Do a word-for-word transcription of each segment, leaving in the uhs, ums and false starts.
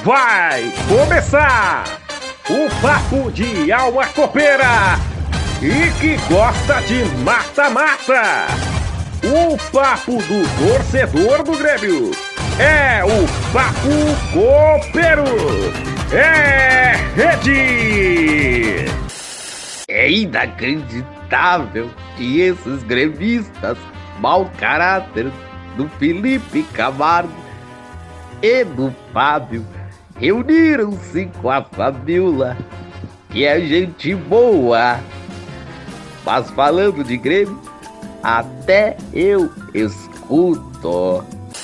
Vai começar o papo de alma copeira e que gosta de mata-mata. O papo do torcedor do Grêmio é o papo copeiro. É rede. É inacreditável que esses gremistas mau caráter do Felipe Camargo e do Fábio reuniram-se com a Fabiola, que é gente boa. Mas falando de Grêmio, até eu escuto.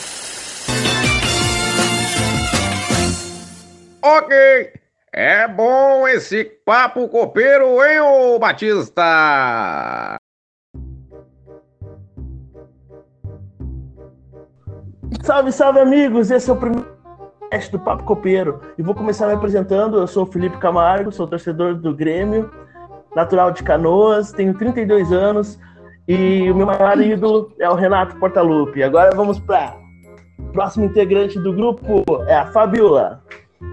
Ok, é bom esse papo copeiro, hein, ô Batista? Salve, salve, amigos! Esse é o primeiro teste do Papo Copeiro. E vou começar me apresentando. Eu sou o Felipe Camargo, sou torcedor do Grêmio, natural de Canoas, tenho trinta e dois anos e o meu maior ídolo é o Renato Portaluppi. Agora vamos para o próximo integrante do grupo, é a Fabiola.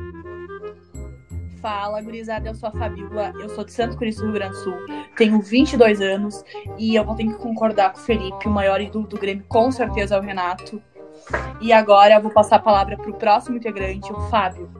Fala, gurizada, eu sou a Fabiola, eu sou de Santo Cristo, Rio Grande do Sul, tenho vinte e dois anos e eu vou ter que concordar com o Felipe, o maior ídolo do Grêmio com certeza é o Renato. E agora eu vou passar a palavra para o próximo integrante, o Fábio.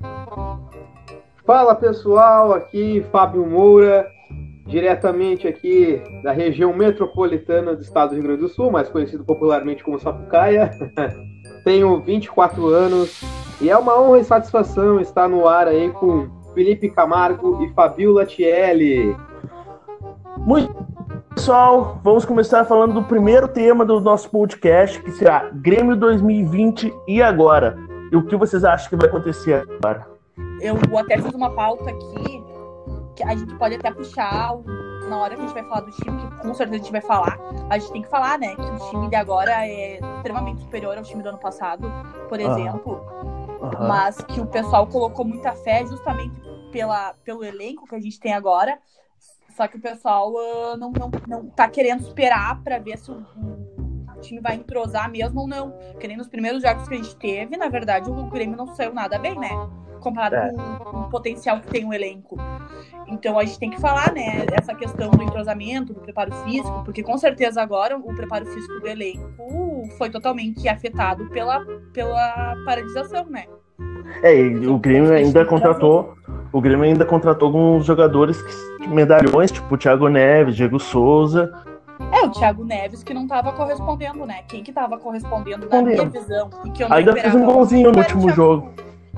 Fala pessoal, aqui Fábio Moura, diretamente aqui da região metropolitana do estado do Rio Grande do Sul, mais conhecido popularmente como Sapucaia. Tenho vinte e quatro anos e é uma honra e satisfação estar no ar aí com Felipe Camargo e Fabiola Tielli. Muito pessoal, vamos começar falando do primeiro tema do nosso podcast, que será Grêmio dois mil e vinte e agora. E o que vocês acham que vai acontecer agora? Eu até fiz uma pauta aqui, que a gente pode até puxar na hora que a gente vai falar do time, que com certeza a gente vai falar. A gente tem que falar, né, que o time de agora é extremamente superior ao time do ano passado, por exemplo. Uhum. Mas que o pessoal colocou muita fé justamente pela, pelo elenco que a gente tem agora. Só que o pessoal uh, não, não, não tá querendo esperar pra ver se o, o time vai entrosar mesmo ou não. Porque nem nos primeiros jogos que a gente teve, na verdade, o Grêmio não saiu nada bem, né? Comparado é. com, com o potencial que tem o elenco. Então a gente tem que falar, né? Essa questão do entrosamento, do preparo físico, porque com certeza agora o preparo físico do elenco foi totalmente afetado pela, pela paralisação, né? É, e o Grêmio ainda contratou. O Grêmio ainda contratou alguns jogadores que, medalhões, tipo o Thiago Neves, Diego Souza. É, o Thiago Neves que não estava correspondendo, né? Quem que estava correspondendo na minha visão? E que eu não ainda fez um golzinho no último jogo.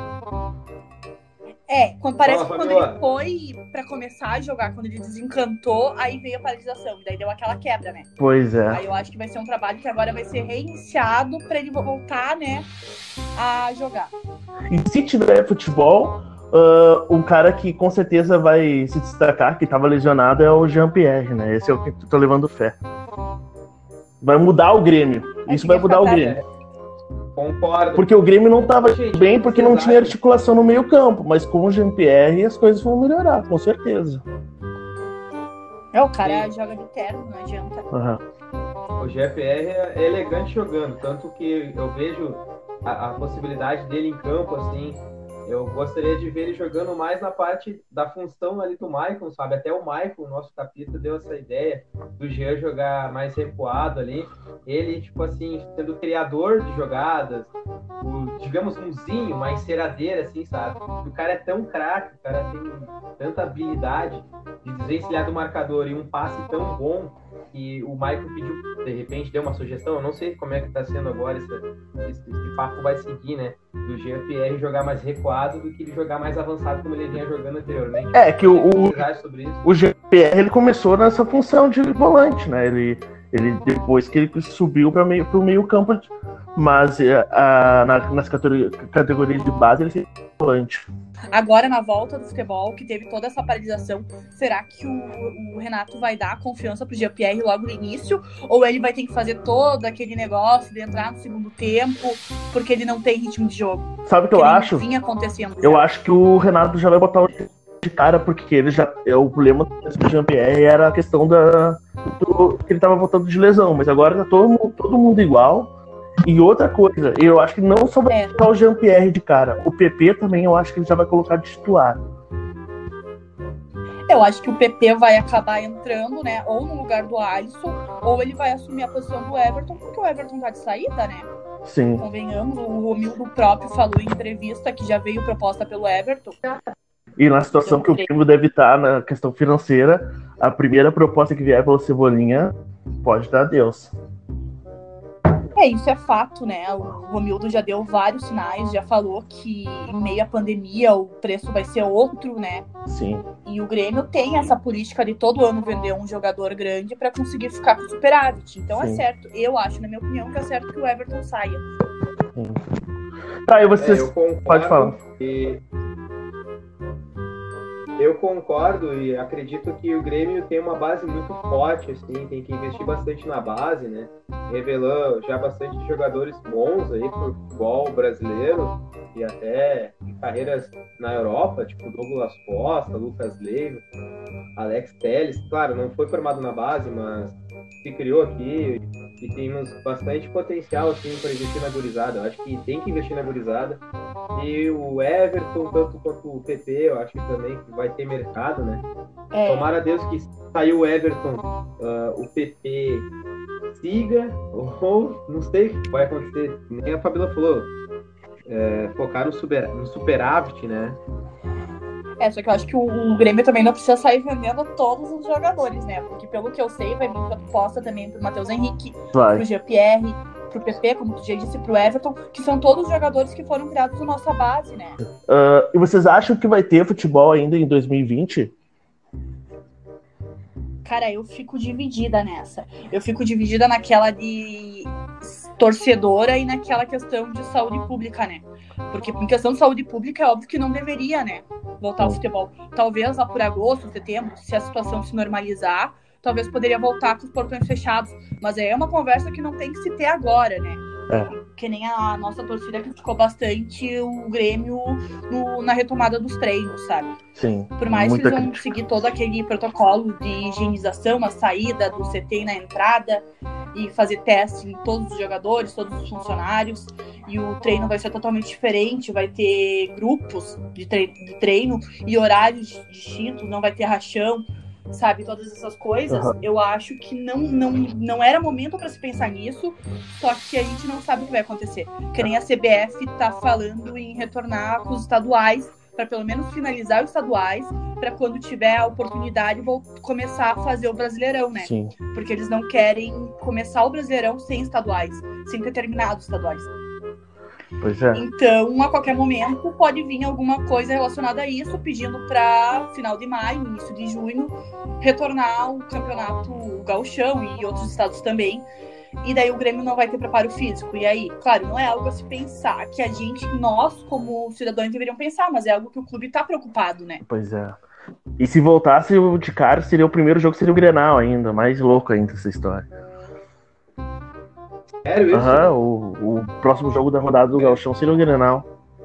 É, quando parece Fala, que quando ele foi pra começar a jogar, quando ele desencantou, aí veio a paralisação. E daí deu aquela quebra, né? Pois é. Aí eu acho que vai ser um trabalho que agora vai ser reiniciado pra ele voltar, né, a jogar. E se tiver futebol... Uh, um cara que com certeza vai se destacar, que estava lesionado, é o Jean-Pierre, né? Esse é o que eu tô levando fé. Vai mudar o Grêmio. Isso vai mudar o Grêmio. Concordo. Porque o Grêmio não estava bem porque não tinha articulação no meio campo, mas com o Jean-Pierre as coisas vão melhorar, com certeza. É, o cara Sim. joga de terno, não adianta. Uhum. O Jean-Pierre é elegante jogando, tanto que eu vejo a, a possibilidade dele em campo, assim. Eu gostaria de ver ele jogando mais na parte da função ali do Maicon, sabe? Até o Maicon, o nosso capita, deu essa ideia do Jean jogar mais recuado ali. Ele, tipo assim, sendo criador de jogadas, o, digamos, umzinho, mais ceradeira, assim, sabe? O cara é tão craque, o cara tem tanta habilidade de desvencilhar do marcador e um passe tão bom que o Maicon pediu, de repente, deu uma sugestão. Eu não sei como é que tá sendo agora esse, esse, esse papo vai seguir, né? Do Jean-Pierre jogar mais recuado do que ele jogar mais avançado como ele vinha jogando anteriormente. É que o, o, o Jean-Pierre ele começou nessa função de volante, né? Ele, ele depois que ele subiu para meio, o meio campo, mas a, na, nas categorias de base ele foi volante. Agora, na volta do futebol, que teve toda essa paralisação, será que o, o Renato vai dar confiança pro Jean-Pierre logo no início? Ou ele vai ter que fazer todo aquele negócio de entrar no segundo tempo, porque ele não tem ritmo de jogo? Sabe o que eu acho? Vinha acontecendo. Eu já. acho que o Renato já vai botar o de cara, porque ele já. O problema do Jean-Pierre era a questão da. Do, que ele tava voltando de lesão, mas agora tá todo, todo mundo igual. E outra coisa, eu acho que não só vai É. colocar o Jean-Pierre de cara, o P P também eu acho que ele já vai colocar de titular. Eu acho que o P P vai acabar entrando, né? Ou no lugar do Alisson, ou ele vai assumir a posição do Everton, porque o Everton tá de saída, né? Sim. Convenhamos, o Romildo próprio falou em entrevista que já veio proposta pelo Everton. E na situação que o Grêmio deve estar na questão financeira, a primeira proposta que vier pelo Cebolinha pode dar adeus. É, isso é fato, né? O Romildo já deu vários sinais, já falou que em meio à pandemia o preço vai ser outro, né? Sim. E o Grêmio tem essa política de todo ano vender um jogador grande para conseguir ficar com superávit. Então Sim. é certo. Eu acho, na minha opinião, que é certo que o Everton saia. Sim. Tá, e vocês... É, eu concordo Pode falar. que- Eu concordo e acredito que o Grêmio tem uma base muito forte, assim, tem que investir bastante na base, né? Revelou já bastante jogadores bons aí pro futebol brasileiro e até em carreiras na Europa, tipo Douglas Costa, Lucas Leiva, Alex Telles. Claro, não foi formado na base, mas se criou aqui e temos bastante potencial, assim, para investir na gurizada. Eu acho que tem que investir na gurizada. E o Everton, tanto quanto o P P, eu acho que também vai ter mercado, né? É, Tomara a Deus que saiu o Everton, ah, o P P siga, ou não sei o que vai acontecer. Nem a Fabíola falou, é, focar no, super, no superávit, né? é, só que eu acho que o, o Grêmio também não precisa sair vendendo todos os jogadores, né? Porque pelo que eu sei, vai vir proposta também pro Matheus Henrique, Vai. pro Jean-Pierre, pro P P, como tu já disse, pro Everton, que são todos jogadores que foram criados na nossa base, né? Ah, e vocês acham que vai ter futebol ainda em dois mil e vinte? Cara, eu fico dividida nessa. Eu fico dividida naquela de torcedora e naquela questão de saúde pública, né? Porque em questão de saúde pública é óbvio que não deveria, né? Voltar ao futebol. Talvez lá por agosto, setembro, se a situação se normalizar, talvez poderia voltar com os portões fechados. Mas aí é uma conversa que não tem que se ter agora, né? É. Que nem a nossa torcida criticou bastante o Grêmio no- na retomada dos treinos, sabe? Sim. Por mais Muita que eles vão crítica. seguir todo aquele protocolo de higienização, a saída do C T e na entrada, e fazer teste em todos os jogadores, todos os funcionários, e o treino vai ser totalmente diferente, vai ter grupos de, tre- de treino e horários distintos, não vai ter rachão, sabe, todas essas coisas. Uhum. Eu acho que não, não, não era momento para se pensar nisso, só que a gente não sabe o que vai acontecer. Que nem a C B F tá falando em retornar com os estaduais, para pelo menos finalizar os estaduais, para quando tiver a oportunidade vou começar a fazer o Brasileirão, né? Sim. Porque eles não querem começar o Brasileirão sem estaduais, sem ter terminado os estaduais. Pois é. Então, a qualquer momento, pode vir alguma coisa relacionada a isso, pedindo para final de maio, início de junho, retornar o campeonato Gauchão e outros estados também. E daí o Grêmio não vai ter preparo físico. E aí, claro, não é algo a se pensar, que a gente, nós, como cidadãos, deveriam pensar, mas é algo que o clube tá preocupado, né? Pois é. E se voltasse o de cara, seria o primeiro jogo, seria o Grenal ainda. Mais louco ainda essa história. Sério isso? Aham, o, o próximo jogo da rodada do Gauchão seria o Grenal.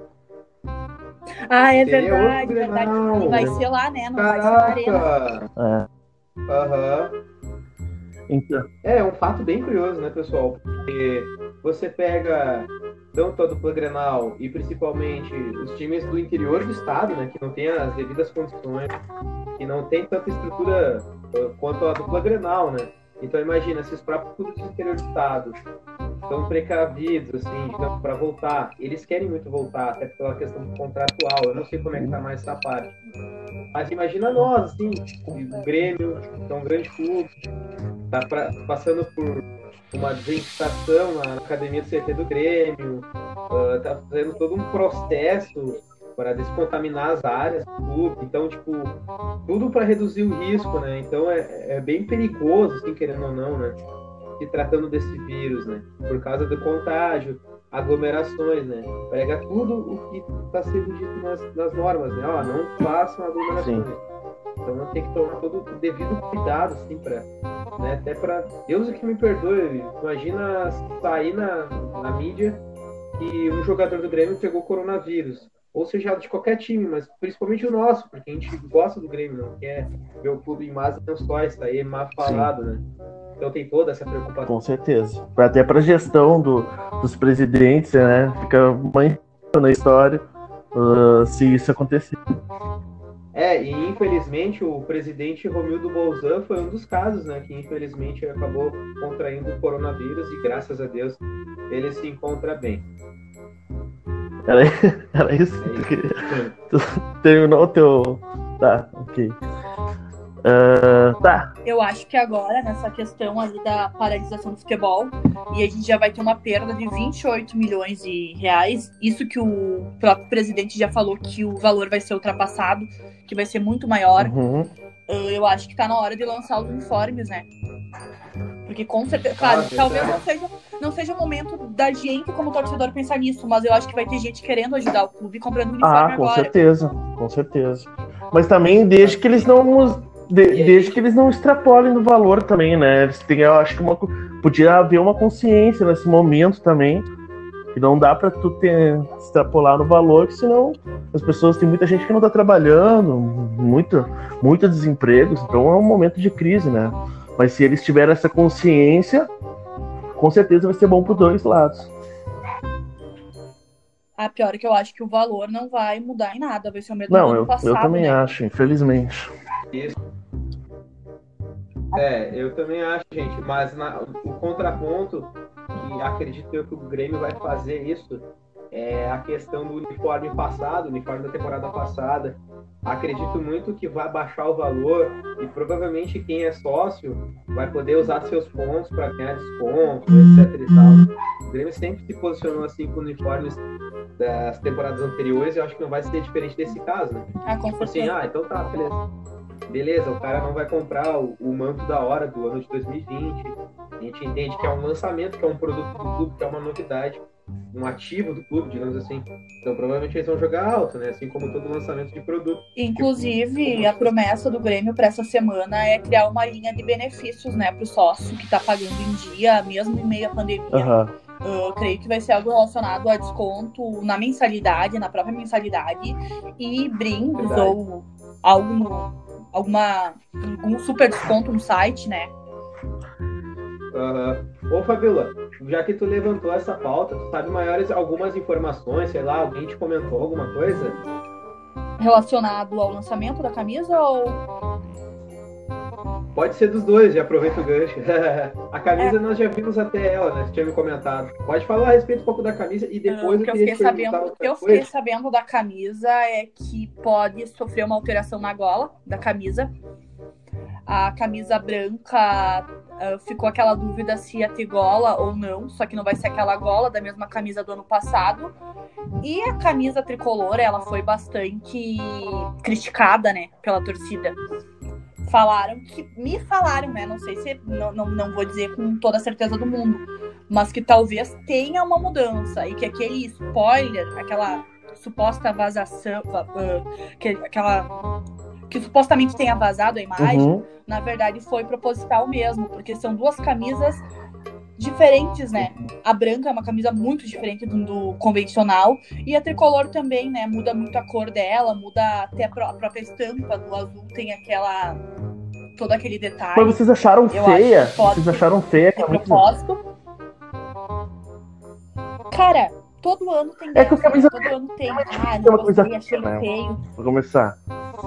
Ah, é Seria verdade, outro verdade. Grenal. E vai ser lá, né? Não vai ser na arena. Caraca! É. Aham. Então, É um fato bem curioso, né, pessoal? Porque você pega tanto a dupla Grenal e principalmente os times do interior do estado, né, que não tem as devidas condições, que não tem tanta estrutura uh, quanto a dupla Grenal, né? Então imagina, se os próprios clubes do interior do estado estão precavidos, assim, digamos, para voltar, eles querem muito voltar, até pela questão contratual, eu não sei como é que tá mais essa parte. Mas imagina nós, assim, o Grêmio, que é um grande clube, tá pra, passando por uma desinfectação na academia do C T do Grêmio, uh, tá fazendo todo um processo para descontaminar as áreas do clube, então, tipo, tudo para reduzir o risco, né? Então é, é bem perigoso, assim, querendo ou não, né? Se tratando desse vírus, né? Por causa do contágio, aglomerações, né? Prega tudo o que está sendo dito nas, nas normas, né? Ó, não façam aglomerações. Sim. Então tem que tomar todo o devido cuidado, assim, para, né? Até para Deus que me perdoe. Imagina sair na, na mídia que um jogador do Grêmio pegou coronavírus. Ou seja, de qualquer time, mas principalmente o nosso, porque a gente gosta do Grêmio, não quer ver o clube em más lençóis, sair mal falado, né? Então tem toda essa preocupação. Com certeza. Até para a gestão do, dos presidentes, né? Fica uma na história uh, se isso acontecer. É, e infelizmente o presidente Romildo Bolzan foi um dos casos, né? Que infelizmente acabou contraindo o coronavírus e graças a Deus ele se encontra bem. Era, era isso que tu queria. Tu terminou o teu. Tá, ok. Uh, tá. Eu acho que agora, nessa questão ali da paralisação do futebol, e a gente já vai ter uma perda de vinte e oito milhões de reais, isso que o próprio presidente já falou que o valor vai ser ultrapassado, que vai ser muito maior. Uhum. Eu acho que tá na hora de lançar os uniformes, né? Porque com certeza, claro, Ah, talvez não seja, não seja o momento da gente como torcedor pensar nisso, mas eu acho que vai ter gente querendo ajudar o clube comprando uniforme Ah, com agora. certeza, com certeza. Mas também desde que eles não de, desde que eles não extrapolem do valor também, né? Eles têm, eu acho que uma, podia haver uma consciência nesse momento também, que não dá pra tu ter, extrapolar no valor, que senão as pessoas, tem muita gente que não tá trabalhando, muito, muito desemprego, então é um momento de crise, né? Mas se eles tiverem essa consciência, com certeza vai ser bom para os dois lados. A pior é que eu acho que o valor não vai mudar em nada, vai ser o mesmo Não, do ano eu, passado. eu também né? acho, infelizmente. Isso. É, eu também acho, gente, mas na, o contraponto, que acredito eu que o Grêmio vai fazer isso, é a questão do uniforme passado, o uniforme da temporada passada. Acredito muito que vai baixar o valor e provavelmente quem é sócio vai poder usar seus pontos para ganhar desconto, etc e tal. O Grêmio sempre se posicionou assim com uniformes das temporadas anteriores e eu acho que não vai ser diferente desse caso, né? Ah, com Tipo assim, certeza. ah, então tá, beleza. Beleza, o cara não vai comprar o, o manto da hora do ano de dois mil e vinte. A gente entende que é um lançamento, que é um produto do clube, que é uma novidade, um ativo do clube, digamos assim. Então provavelmente eles vão jogar alto, né? Assim como todo lançamento de produto. Inclusive, a promessa do Grêmio para essa semana é criar uma linha de benefícios, né, para o sócio que está pagando em dia, mesmo em meio à pandemia. Uhum. Eu creio que vai ser algo relacionado a desconto na mensalidade, na própria mensalidade, e brindes Verdade. ou algo no, alguma, algum super desconto no site, né? Uhum. Ô Fabiola, já que tu levantou essa pauta, tu sabe maiores algumas informações, sei lá, alguém te comentou alguma coisa? Relacionado ao lançamento da camisa ou... Pode ser dos dois, já aproveita o gancho. A camisa é. Nós já vimos até ela, né? Você tinha me comentado. Pode falar a respeito um pouco da camisa e depois o que eu eu queria fiquei te perguntar sabendo, outra o que eu coisa. fiquei sabendo da camisa é que pode sofrer uma alteração na gola da camisa. A camisa branca uh, ficou aquela dúvida se ia ter gola ou não, só que não vai ser aquela gola da mesma camisa do ano passado. E a camisa tricolor, ela foi bastante criticada, né, pela torcida. Falaram que, me falaram, né, não sei se, não, não, não vou dizer com toda a certeza do mundo, mas que talvez tenha uma mudança e que aquele spoiler, aquela suposta vazação, uh, que, aquela... que supostamente tenha vazado a imagem, Uhum. na verdade foi proposital mesmo, porque são duas camisas diferentes, né? A branca é uma camisa muito diferente do, do convencional, e a tricolor também, né? Muda muito a cor dela, muda até a, pró- a própria estampa do azul, tem aquela... todo aquele detalhe. Mas vocês acharam Eu feia? acho que pode Vocês acharam feia a de camisa? propósito. Cara, todo ano tem É que a dessa, camisa- todo ano tem. Ah, É não uma coisa gostei, achei feia, né? feio. Vou começar.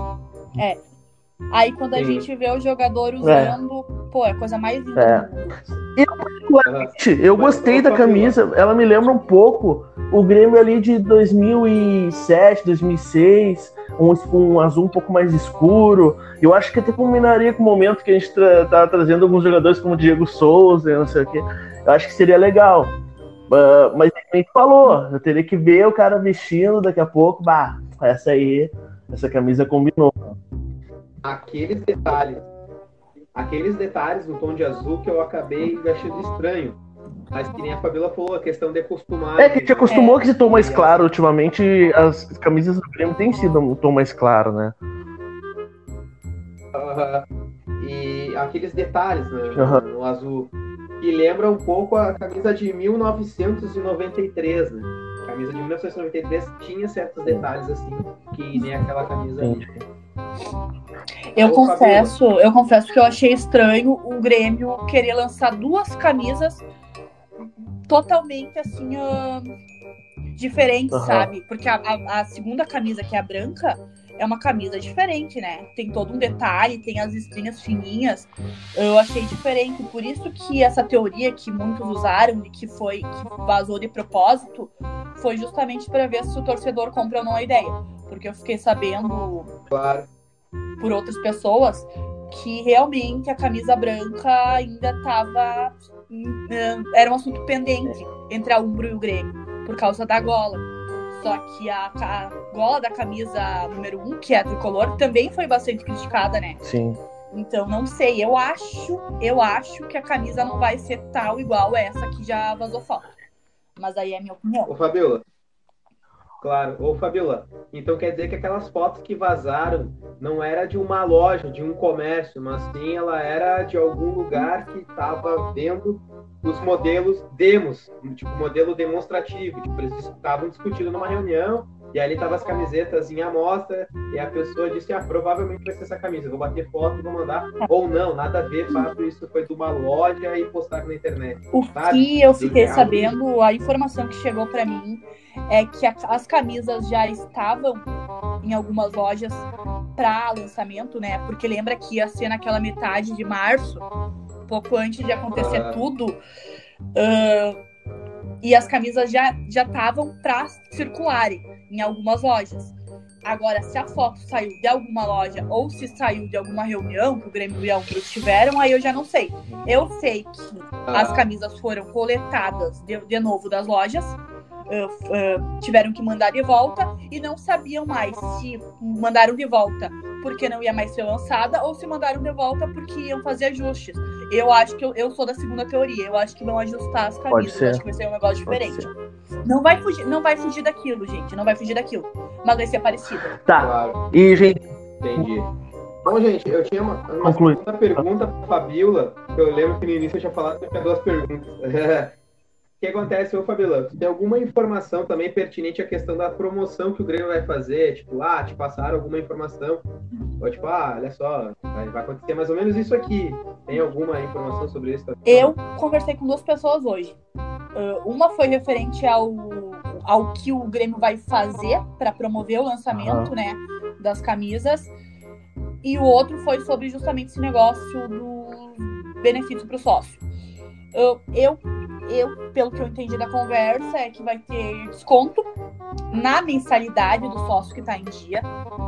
Aí quando a Sim. gente vê o jogador usando, pô, é a coisa mais linda É. do mundo. Particularmente, eu gostei da camisa. Ela me lembra um pouco o Grêmio ali de dois mil e sete, dois mil e seis, um, um azul um pouco mais escuro. Eu acho que até combinaria com o momento que a gente tra- tá trazendo alguns jogadores como Diego Souza, não sei o quê. Eu acho que seria legal. Uh, mas a gente falou, eu teria que ver o cara vestindo daqui a pouco. Bah, essa aí, essa camisa combinou. Aqueles detalhes, aqueles detalhes no tom de azul que eu acabei achando estranho. Mas que nem a Fabiola falou, a questão de acostumar. É que a gente acostumou É. com esse tom mais claro. Ultimamente, as camisas do Grêmio têm sido um tom mais claro, né? Aham. E aqueles detalhes, né, Aham. no azul, que lembra um pouco a camisa de mil novecentos e noventa e três, né? A camisa de mil novecentos e noventa e três tinha certos detalhes assim, que nem aquela camisa ali. Eu Ô, confesso, eu confesso que eu achei estranho o Grêmio querer lançar duas camisas totalmente assim, uh, diferentes, Aham. sabe? Porque a, a, a segunda camisa, que é a branca, é uma camisa diferente, né? Tem todo um detalhe, tem as estrinhas fininhas. Eu achei diferente. Por isso que essa teoria que muitos usaram de que foi que vazou de propósito foi justamente para ver se o torcedor compra ou não a ideia. Porque eu fiquei sabendo Claro. por outras pessoas que realmente a camisa branca ainda estava. Era um assunto pendente entre a Umbro e o Grêmio, por causa da gola. Só que a, a gola da camisa número um, que é a tricolor, também foi bastante criticada, né? Sim. Então, não sei. Eu acho, eu acho que a camisa não vai ser tal igual essa que já vazou foto. Mas aí é a minha opinião. Ô, Fabiola. Claro. Ô, Fabiola, então quer dizer que aquelas fotos que vazaram não era de uma loja, de um comércio, mas sim ela era de algum lugar que estava vendo os modelos demos, tipo, modelo demonstrativo. Tipo, eles estavam discutindo numa reunião e ali estavam as camisetas em amostra e a pessoa disse, ah, provavelmente vai ser essa camisa, eu vou bater foto e vou mandar. Ou não, nada a ver, fato, isso foi de uma loja e postaram na internet. O sabe? que eu fiquei Real. sabendo, a informação que chegou pra mim é que a, as camisas já estavam em algumas lojas para lançamento, né? Porque lembra que ia ser naquela metade de março, pouco antes de acontecer Ah. tudo, uh, e as camisas já já estavam para circularem em algumas lojas. Agora, se a foto saiu de alguma loja ou se saiu de alguma reunião que o Grêmio e a Umbro tiveram, aí eu já não sei. Eu sei que Ah. as camisas foram coletadas de, de novo das lojas, uh, uh, tiveram que mandar de volta e não sabiam mais se mandaram de volta porque não ia mais ser lançada ou se mandaram de volta porque iam fazer ajustes. Eu acho que eu, eu sou da segunda teoria. Eu acho que vão ajustar as Pode camisas. ser. Eu acho que vai ser um negócio Pode diferente. Não vai fugir, não vai fugir daquilo, gente. Não vai fugir daquilo. Mas vai ser parecido. Tá. Claro. E, gente, Entendi. Bom, gente, eu tinha uma, uma Conclui. segunda pergunta para Fabiola, que eu lembro que no início eu tinha falado que eu tinha duas perguntas. O que acontece, ô Fabiola? Tem alguma informação também pertinente à questão da promoção que o Grêmio vai fazer? Tipo, ah, te passaram alguma informação? Ou tipo, ah, olha só, vai, vai acontecer mais ou menos isso aqui. Tem alguma informação sobre isso? Eu conversei com duas pessoas hoje. Uh, uma foi referente ao, ao que o Grêmio vai fazer para promover o lançamento, Aham. né, das camisas. E o outro foi sobre justamente esse negócio do benefício para o sócio. Eu, eu, eu, pelo que eu entendi da conversa, é que vai ter desconto na mensalidade do sócio que está em dia.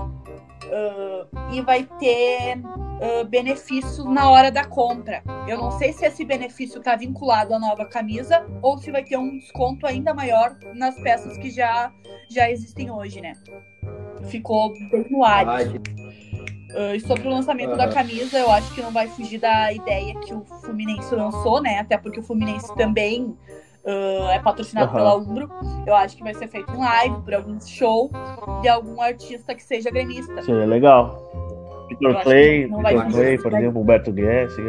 Uh, e vai ter uh, benefícios na hora da compra. Eu não sei se esse benefício está vinculado à nova camisa ou se vai ter um desconto ainda maior nas peças que já, já existem hoje, né? Ficou bem no ar. Ai, isso. Uh, e sobre o lançamento Aham. da camisa, eu acho que não vai fugir da ideia que o Fluminense lançou, né? Até porque o Fluminense também uh, é patrocinado Aham. pela Umbro. Eu acho que vai ser feito em live, por algum show de algum artista que seja gremista. seria legal. Eu Peter acho Clay, que não vai Peter fugir Clay, disso por daí. exemplo, Humberto Guess.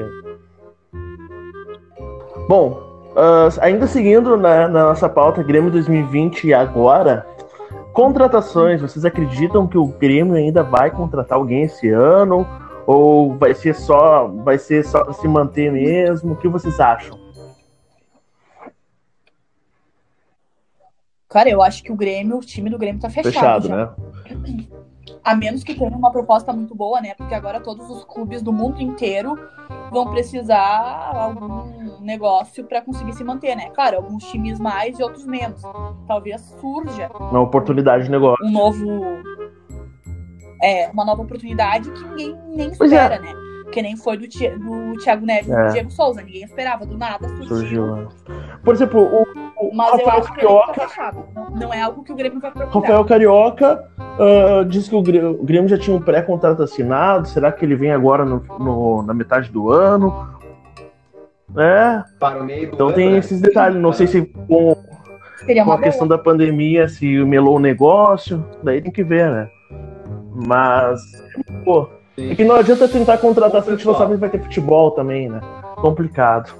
Bom, ah, ainda seguindo na, na nossa pauta Grêmio dois mil e vinte e agora, contratações, vocês acreditam que o Grêmio ainda vai contratar alguém esse ano? Ou vai ser só, vai ser só para se manter mesmo? O que vocês acham? Cara, eu acho que o Grêmio, o time do Grêmio tá fechado, Fechado, já. né? A menos que tenha uma proposta muito boa, né? Porque agora todos os clubes do mundo inteiro vão precisar algum negócio para conseguir se manter, né? Claro, alguns times mais e outros menos. Talvez surja Uma oportunidade de negócio. um novo... É, uma nova oportunidade que ninguém nem Pois é. espera, né? Que nem foi do, Thi- do Thiago Neves e É. do Diego Souza. Ninguém esperava, do nada surgiu. Surgiu, né? Por exemplo, o, o Mas eu Rafael acho que o Grêmio tá Carioca, fechado. Não, não é algo que o Grêmio vai procurar. Rafael Carioca ah, disse que o Grêmio, o Grêmio já tinha um pré-contrato assinado. Será que ele vem agora no, no- na metade do ano? É, para o meio do então ano, tem né? esses detalhes. Não sei se com, Seria com uma a questão da pandemia se melou o negócio. Daí tem que ver, né? Mas, pô, é que não adianta tentar contratar se a gente não sabe se vai ter futebol também, né? Complicado.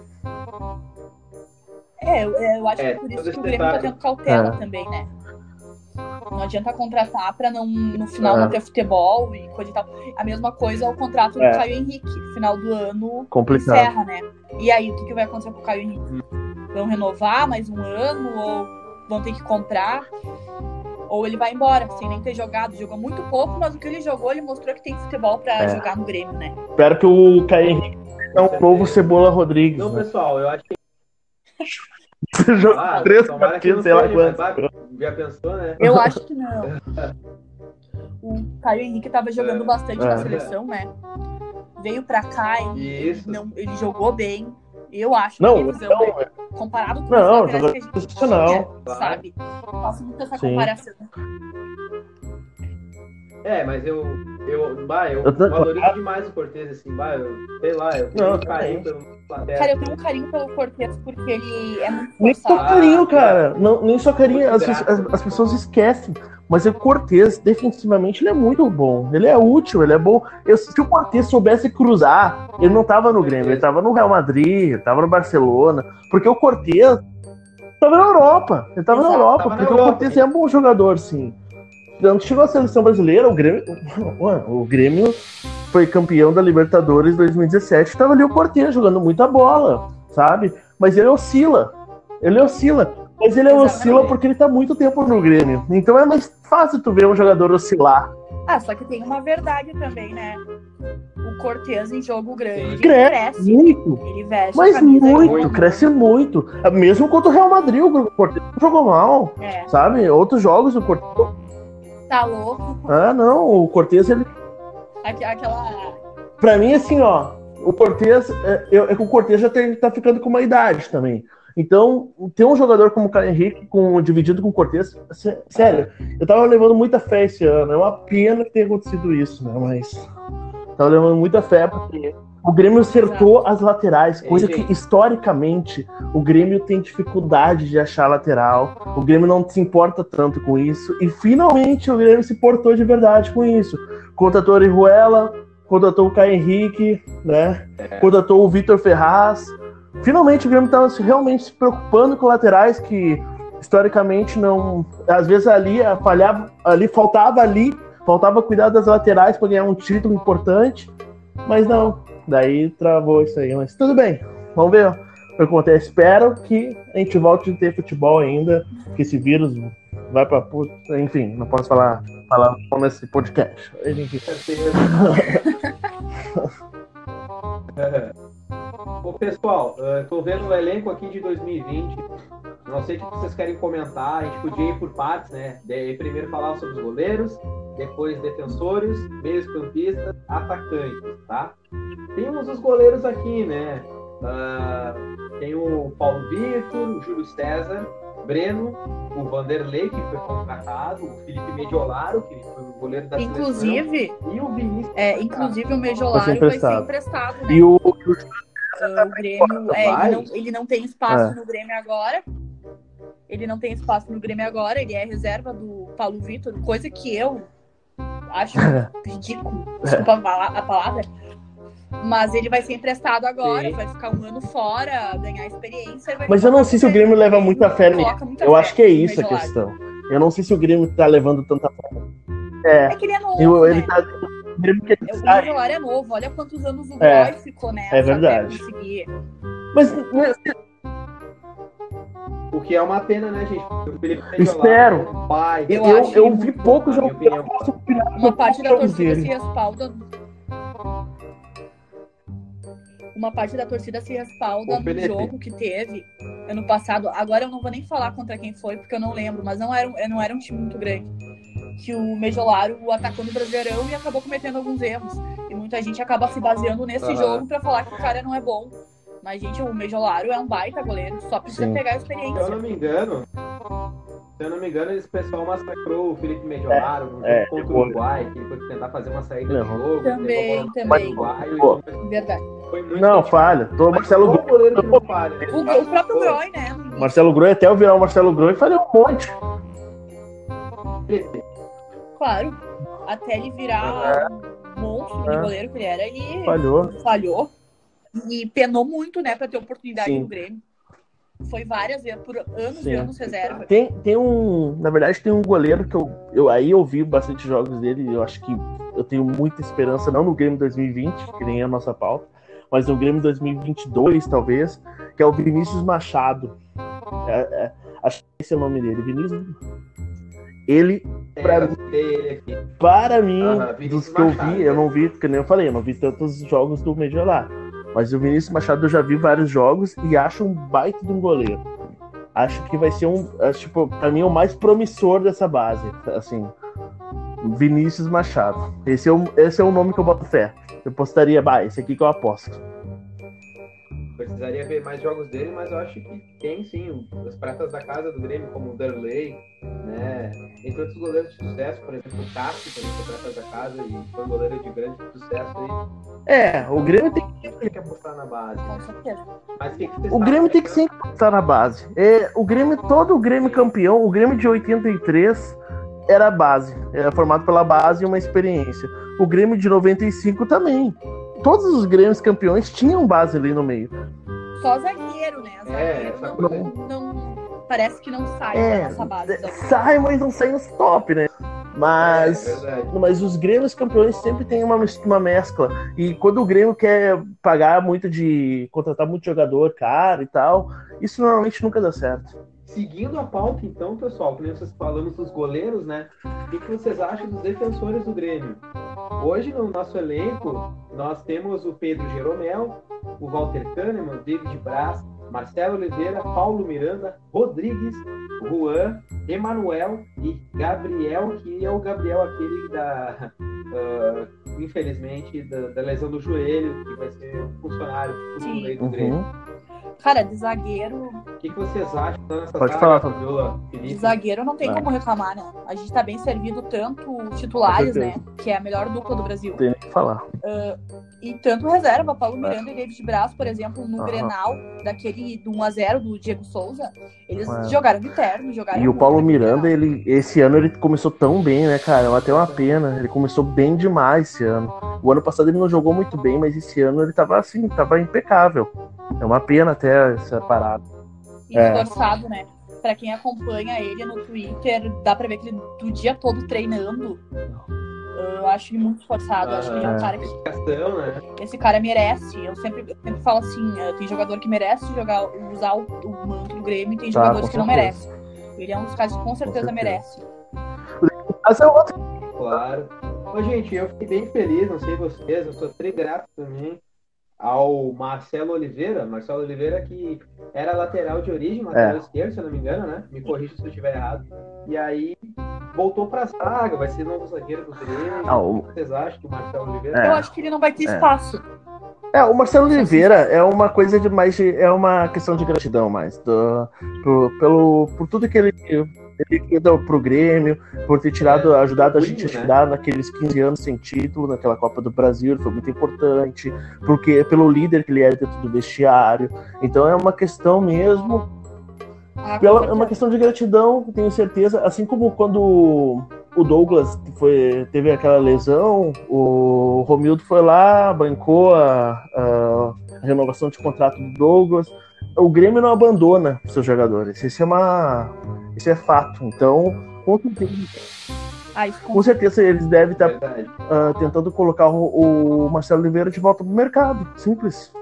É, eu, eu acho É, que por isso todo que esse o Grêmio tá detalhe. tendo cautela É. também, né? Não adianta adianta contratar pra não, no final É. não ter futebol e coisa e tal. A mesma coisa é o contrato do É. Caio Henrique. Final do ano Complicado. encerra, né? E aí, o que, que vai acontecer com o Caio Henrique? Vão renovar mais um ano ou vão ter que comprar? Ou ele vai embora, sem nem ter jogado. Jogou muito pouco, mas o que ele jogou, ele mostrou que tem futebol pra É. jogar no Grêmio, né? Espero que o Caio Henrique seja um novo Cebola Rodrigues. Não, Né? pessoal, eu acho que. Jogou Ah, três tomara que não partidas, sei lá seja, mas quantas. bah, já pensou, né? Eu acho que não. O Caio Henrique tava jogando É. bastante É. na seleção, né? Veio pra cá e Isso. não, ele jogou bem. Eu acho, Não, na minha visão, não, né? Comparado com Não, os laterais jogador que a gente profissional. tinha, sabe? Faço muito essa Sim. comparação. É, mas eu. Eu, bah, eu, Eu tô- valorizo demais o Cortez, assim, bah, eu, sei lá, eu tenho Não, um carinho pelo plateia. Cara, eu tenho um carinho pelo Cortez porque ele é muito Nem só forçado. carinho, cara. Não, nem só carinho. As, Muito as- as pessoas esquecem. Mas o Cortez, defensivamente, ele é muito bom. Ele é útil, ele é bom. Eu, se o Cortez soubesse cruzar, ele não tava no Grêmio, ele tava no Real Madrid, ele tava no Barcelona. Porque o Cortez tava na Europa. Ele tava na Exato, Europa, tava na porque Europa, o Cortez sim. é um bom jogador, sim. Quando chegou a seleção brasileira, o Grêmio. Mano, o Grêmio foi campeão da Libertadores dois mil e dezessete. Tava ali o Cortez jogando muita bola, sabe? Mas ele oscila. Ele oscila. Mas ele Exatamente. oscila porque ele tá muito tempo no Grêmio. Então é mais fácil tu ver um jogador oscilar. Ah, só que tem uma verdade também, né? O Cortez em jogo grande, ele Cresce cresce. muito. Ele veste a Mas camisa e muito, joga. cresce muito. Mesmo contra o Real Madrid, o Cortez não jogou mal, É, sabe? Outros jogos, o Cortez. tá louco. Ah, não, o Cortez, ele. Aqu- Aquela. Pra mim, assim, ó, o Cortez, é, eu- é que o Cortez já tem- tá ficando com uma idade também. Então, ter um jogador como o Caio Henrique com, dividido com o Cortez, sé- sério, eu tava levando muita fé esse ano. É uma pena que tenha acontecido isso, né? Mas tava levando muita fé porque o Grêmio acertou as laterais, coisa Ei, que gente. historicamente o Grêmio tem dificuldade de achar lateral. O Grêmio não se importa tanto com isso. E finalmente o Grêmio se portou de verdade com isso. Contratou o Orihuela, contratou o Caio Henrique, né? Contratou o Vitor Ferraz. Finalmente o Grêmio estava realmente se preocupando com laterais que historicamente não. Às vezes ali falhava, ali faltava ali, faltava cuidar das laterais para ganhar um título importante, mas não. Daí travou isso aí. Mas tudo bem, vamos ver o que acontece. Espero que a gente volte a ter futebol ainda, que esse vírus vai pra puta. Enfim, não posso falar, falar nesse podcast. Enfim. certeza. Ô, pessoal, eu tô vendo o elenco aqui de dois mil e vinte. Não sei o que vocês querem comentar. A gente podia ir por partes, né? De, primeiro falar sobre os goleiros, depois defensores, meios-campistas, atacantes, tá? Temos os goleiros aqui, né? Uh, tem o Paulo Vitor, o Júlio César, Breno, o Vanderlei, que foi contratado, o Felipe Mediolaro, que foi o goleiro da Inclusive, seleção, e o Vinícius. é, inclusive o Vai Mejolaro ser vai ser emprestado. emprestado, né? E o, Uh, o Grêmio, é, Vai? ele, não, ele não tem espaço É. no Grêmio agora. Ele não tem espaço no Grêmio agora. Ele é reserva do Paulo Vitor, coisa que eu acho ridículo. Desculpa a pala- a palavra. Mas ele vai ser emprestado agora, Sim. vai ficar um ano fora, ganhar experiência. e vai Mas eu não sei se o Grêmio leva muita fé nisso. Coloca muita Eu fé acho que é no isso a Mejolaro. questão. Eu não sei se o Grêmio tá levando tanta fé. É, É que ele é novo, eu- ele né? tá. O Grêmio quer O sair. Mejolaro é novo. Olha quantos anos o É, Groy ficou nessa é verdade. até conseguir. Mas né, O que é uma pena, né, gente? Porque o Felipe Mediolaro Espero. é um baita. eu, Eu eu, acho eu muito vi bom, poucos na minha jogos. Eu opinião. posso opinar Uma sobre parte da jogos torcida dele. se respalda. Uma parte da torcida se respalda Ô, no Felipe. jogo que teve ano passado. Agora eu não vou nem falar contra quem foi, porque eu não lembro, mas não era, um- não era um time muito grande. Que o Mejolaro atacou no Brasileirão e acabou cometendo alguns erros. E muita gente acaba se baseando nesse Aham. jogo pra falar que o cara não é bom. Mas, gente, o Mejolaro é um baita goleiro, só precisa Sim. pegar a Se eu experiência. não me engano, se eu não me engano, esse pessoal massacrou o Felipe Mediolaro no jogo é, contra o depois. Uruguai, que ele foi tentar fazer uma saída Não. de jogo. Também, levou a bola pro também. Uruguai, Pô. e Verdade. foi muito Não, criticado. falha. Tô o Mas Marcelo qual Groi. goleiro que não falha? né? O, o próprio Groy, né? no início. Marcelo Groi, até eu virar o Marcelo Groi, falei um monte. Claro. Até ele virar um monstro de É. goleiro que ele era, ele Falhou. falhou. E penou muito, né, pra ter oportunidade Sim. no Grêmio. foi várias vezes, por anos Sim. e anos reserva. Tem, tem um. Na verdade, tem um goleiro que eu, eu. Aí eu vi bastante jogos dele. E eu acho que eu tenho muita esperança, não no Grêmio dois mil e vinte, que nem é a nossa pauta, mas no Grêmio dois mil e vinte e dois, talvez, que é o Vinícius Machado. É, é, acho que esse é o nome dele, Vinícius. Ele, pra, É, eu citei ele aqui. para mim, Aham, dos Vinícius que eu Machado, vi, eu né? não vi, porque nem eu falei, eu não vi tantos jogos do Major lá. Mas o Vinícius Machado eu já vi vários jogos e acho um baita de um goleiro. Acho que vai ser um, acho, tipo, pra mim, o mais promissor dessa base. Assim, Vinícius Machado. Esse é o, esse é o nome que eu boto fé. Eu postaria, bah, esse aqui que eu aposto. Precisaria ver mais jogos dele, mas eu acho que tem sim as pratas da casa do Grêmio, como o Darley, né? Entre outros goleiros de sucesso, por exemplo, o Cássio, também foi pratas da casa e foi um goleiro de grande sucesso aí. É, o Grêmio tem que, Tem que apostar na base. Com certeza. Mas que que vocês o Grêmio acham, tem que né? sempre estar na base. É, o Grêmio, todo o Grêmio campeão, o Grêmio de oitenta e três era a base, era formado pela base e uma experiência. O Grêmio de noventa e cinco também. Todos os Grêmios campeões tinham base ali no meio. Só zagueiro, né? É, Zagueiro essa não, coisa. não- parece que não sai É, da nossa base. zagueiro. sai, mas não sai nos top, né? Mas, É, verdade. mas os Grêmios campeões sempre tem uma, mis- uma mescla. E quando o Grêmio quer pagar muito de contratar muito jogador caro e tal, isso normalmente nunca dá certo. Seguindo a pauta, então, pessoal, que nem vocês falamos dos goleiros, né? O que que vocês acham dos defensores do Grêmio? Hoje, no nosso elenco, nós temos o Pedro Jeromel, o Walter Kahneman, o David Braz, Marcelo Oliveira, Paulo Miranda, Rodrigues, Juan, Emanuel e Gabriel, que é o Gabriel aquele da, ah, infelizmente, da, da lesão do joelho, que vai ser um funcionário Sim. do do Grêmio. Uhum. Cara, de zagueiro, O que, que vocês acham dessa Pode zaga, falar, Fabiola, de Felipe? zagueiro não tem Ah. como reclamar, né? A gente tá bem servido tanto os titulares, Com né? certeza. Que é a melhor dupla do Brasil. Não tem nem o que falar. E tanto reserva, Paulo Miranda e David Braz, por exemplo, no Aham. Grenal, daquele do um a zero do Diego Souza, eles É. jogaram de terno, jogaram E o muito Paulo naquele Miranda, Grenal. ele, esse ano ele começou tão bem, né, cara? É até uma pena. Ele começou bem demais esse ano. O ano passado ele não jogou muito bem, mas esse ano ele tava assim, tava impecável. É uma pena até essa parada. E É. esforçado, né? Pra quem acompanha ele no Twitter, dá pra ver que ele do dia todo treinando. Eu acho ele muito esforçado. Eu acho que ele é um Aham. cara que Dedicação, né? esse cara merece. Eu sempre, eu sempre falo assim, eh, tem jogador que merece jogar, usar o, o manto do Grêmio e tem Ah, jogadores com que não certeza. merecem. Ele é um dos caras que com certeza certeza. merece. Mas é outro. Claro. Ô, gente, eu fiquei bem feliz, não sei vocês, eu sou tri grato também ao Marcelo Oliveira. Marcelo Oliveira que era lateral de origem, lateral É. esquerdo, se eu não me engano, né? Me corrija se eu estiver errado. E aí voltou pra zaga, vai ser novo zagueiro do Grêmio. Ah, o- O que vocês acham do Marcelo Oliveira? É. Eu acho que ele não vai ter É. espaço. É, o Marcelo Oliveira é uma coisa de mais. de- É uma questão de gratidão mais. Do, pro, pelo, por tudo que ele, ele deu pro Grêmio, por ter tirado, É, ajudado a o gente a hino, né? chegar naqueles quinze anos sem título, naquela Copa do Brasil, ele foi muito importante, porque pelo líder que ele era dentro do vestiário. Então é uma questão mesmo. Ah, com Pela, é certeza. uma questão de gratidão, tenho certeza. Assim como quando o Douglas foi, teve aquela lesão, o Romildo foi lá, bancou a, a renovação de contrato do Douglas. O Grêmio não abandona os seus jogadores. Isso é uma, isso é fato. Então, com certeza, Ah, isso com com certeza eles devem estar Verdade. ah, tentando colocar o, o Marcelo Oliveira de volta pro mercado. Simples.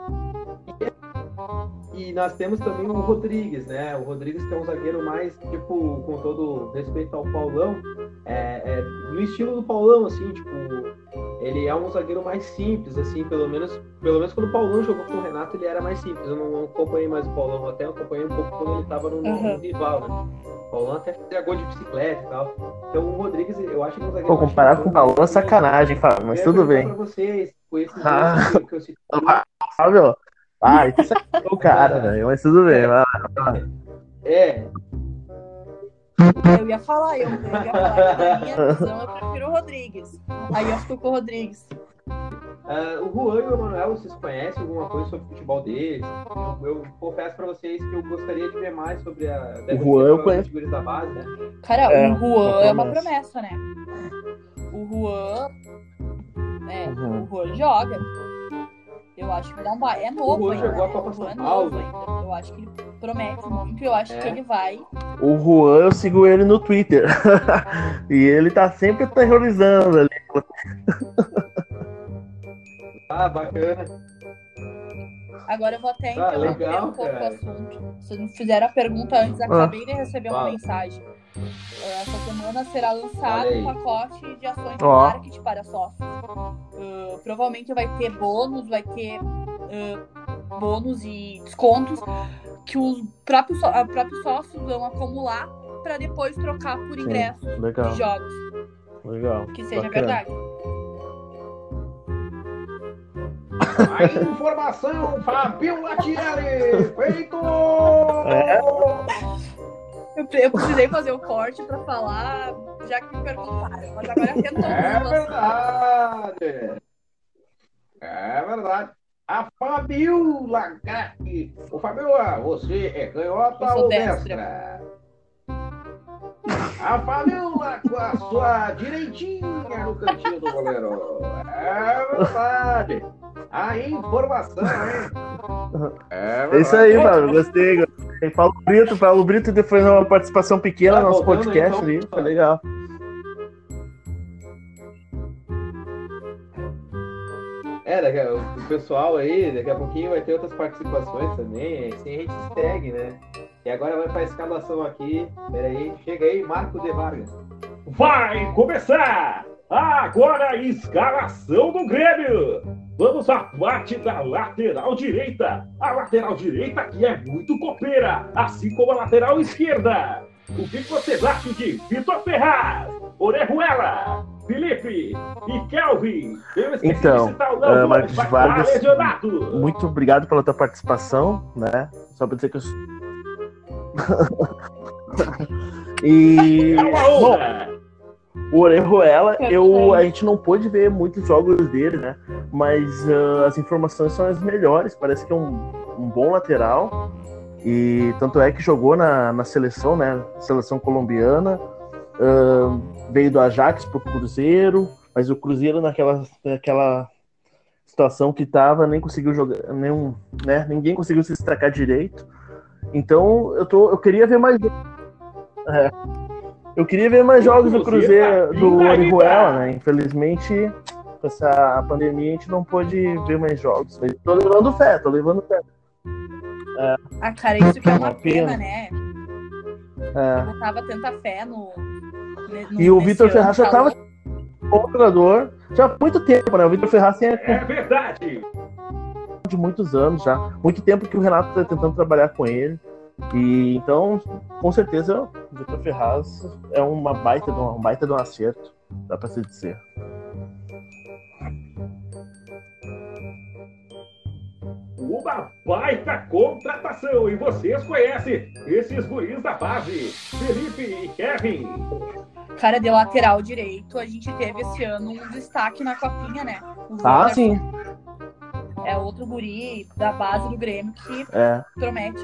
E nós temos também o Rodrigues, né? O Rodrigues que é um zagueiro mais, tipo, com todo respeito ao Paulão, é, é, no estilo do Paulão, assim, tipo, ele é um zagueiro mais simples, assim, pelo menos, pelo menos quando o Paulão jogou com o Renato, ele era mais simples. Eu não acompanhei mais o Paulão, até acompanhei um pouco quando ele estava no, no Uhum. rival, né? O Paulão até fazia gol de bicicleta e tal. Então o Rodrigues, eu acho que é um zagueiro Pô, mais comparar simples, com o Paulão é sacanagem, Fábio, mas Eu ia tudo perguntar bem. Pra vocês, com esses Ah. dois que eu citei, Fábio, ai, que sacanagem o cara, velho, mas tudo bem. Vai lá. é, Eu ia falar, eu, eu ia falar que na minha visão eu prefiro o Rodrigues. Aí eu fico com o Rodrigues. Ah, o Juan e o Emanuel, vocês conhecem alguma coisa sobre o futebol deles? Eu, eu confesso pra vocês que eu gostaria de ver mais sobre a deve O Juan ser eu uma conheço. das figuras da base, né? Cara, É, o Juan uma é uma promessa. promessa, né? O Juan. É, Uhum. o Juan joga. Eu acho que vai dar um baita. É novo O Juan ainda. jogou a né? Copa O Juan é São novo Paulo. ainda. Eu acho que ele promete muito. Eu acho É. que ele vai. O Juan, eu sigo ele no Twitter. E ele tá sempre terrorizando ali. Ah, bacana. Agora eu vou até Ah, interromper legal, um pouco cara. o assunto. Vocês me fizeram a pergunta antes, acabei de receber uma Fala. mensagem. Essa semana será lançado Olha aí. um pacote de ações de Ó. marketing para sócios. Uh, provavelmente vai ter bônus, vai ter uh, bônus e descontos que os próprios, só- ah, próprios sócios vão acumular para depois trocar por ingressos Legal, de jogos. legal. Que seja Bacana. verdade. A informação, Fabio Latielli, feito! É. Eu, pre- eu precisei fazer o corte para falar, já que me perguntaram. Mas agora retorno. É verdade. É verdade. A Fabiola Craque. Ô, Fabiola, você é canhota Eu sou ou destra. destra? A Fabiola com a sua direitinha no cantinho do goleiro. É verdade. A informação, hein? É verdade. É isso aí, Fábio. Gostei, gostei. Paulo Brito, Paulo Brito depois uma participação pequena Tá no nosso voltando, podcast então. ali. Foi legal. É, daqui a, o pessoal aí, daqui a pouquinho vai ter outras participações também, assim a gente segue, né? E agora vai pra escalação aqui. Pera aí, chega aí, Marco de Vargas. Vai começar agora a escalação do Grêmio. Vamos à parte da lateral direita. A lateral direita que é muito copeira, assim como a lateral esquerda. O que vocês acham de Vitor Ferraz, Orejuela, Felipe e Kelvin? Eu esqueci Então, de citar o uh, nome, Marcos vai Vargas, estar lesionado. muito obrigado pela tua participação, né? Só pra dizer que eu sou... E... É uma Bom, honra. o Orejuela, eu, a gente não pôde ver muitos jogos dele, né? Mas uh, as informações são as melhores. Parece que é um, um bom lateral. E tanto é que jogou na, na seleção, né? Seleção colombiana. Uh, veio do Ajax pro Cruzeiro. Mas o Cruzeiro, naquela, naquela situação que tava, nem conseguiu jogar. Nenhum, né? Ninguém conseguiu se destacar direito. Então, eu, tô, eu queria ver mais. É. Eu queria ver mais jogos do Cruzeiro, do Orejuela, né? Infelizmente, com essa pandemia, a gente não pôde ver mais jogos. Mas tô levando fé, tô levando fé. É, Ah, cara, isso que é uma Uma pena. pena, né? é. Eu botava tanta fé no. no E o nesse Vitor ano Ferraz já calor. tava bom jogador já há muito tempo, né? O Vitor Ferraz tem É verdade. de muitos anos já. Muito tempo que o Renato tá tentando trabalhar com ele. E então, com certeza, o Vitor Ferraz é uma baita de um, um baita de um acerto, dá pra se dizer. Uma baita contratação. E vocês conhecem esses guris da base, Felipe e Kevin. Cara, de lateral direito, a gente teve esse ano um destaque na copinha, né? O Ah, Wanderson sim. É outro guri da base do Grêmio que É. promete.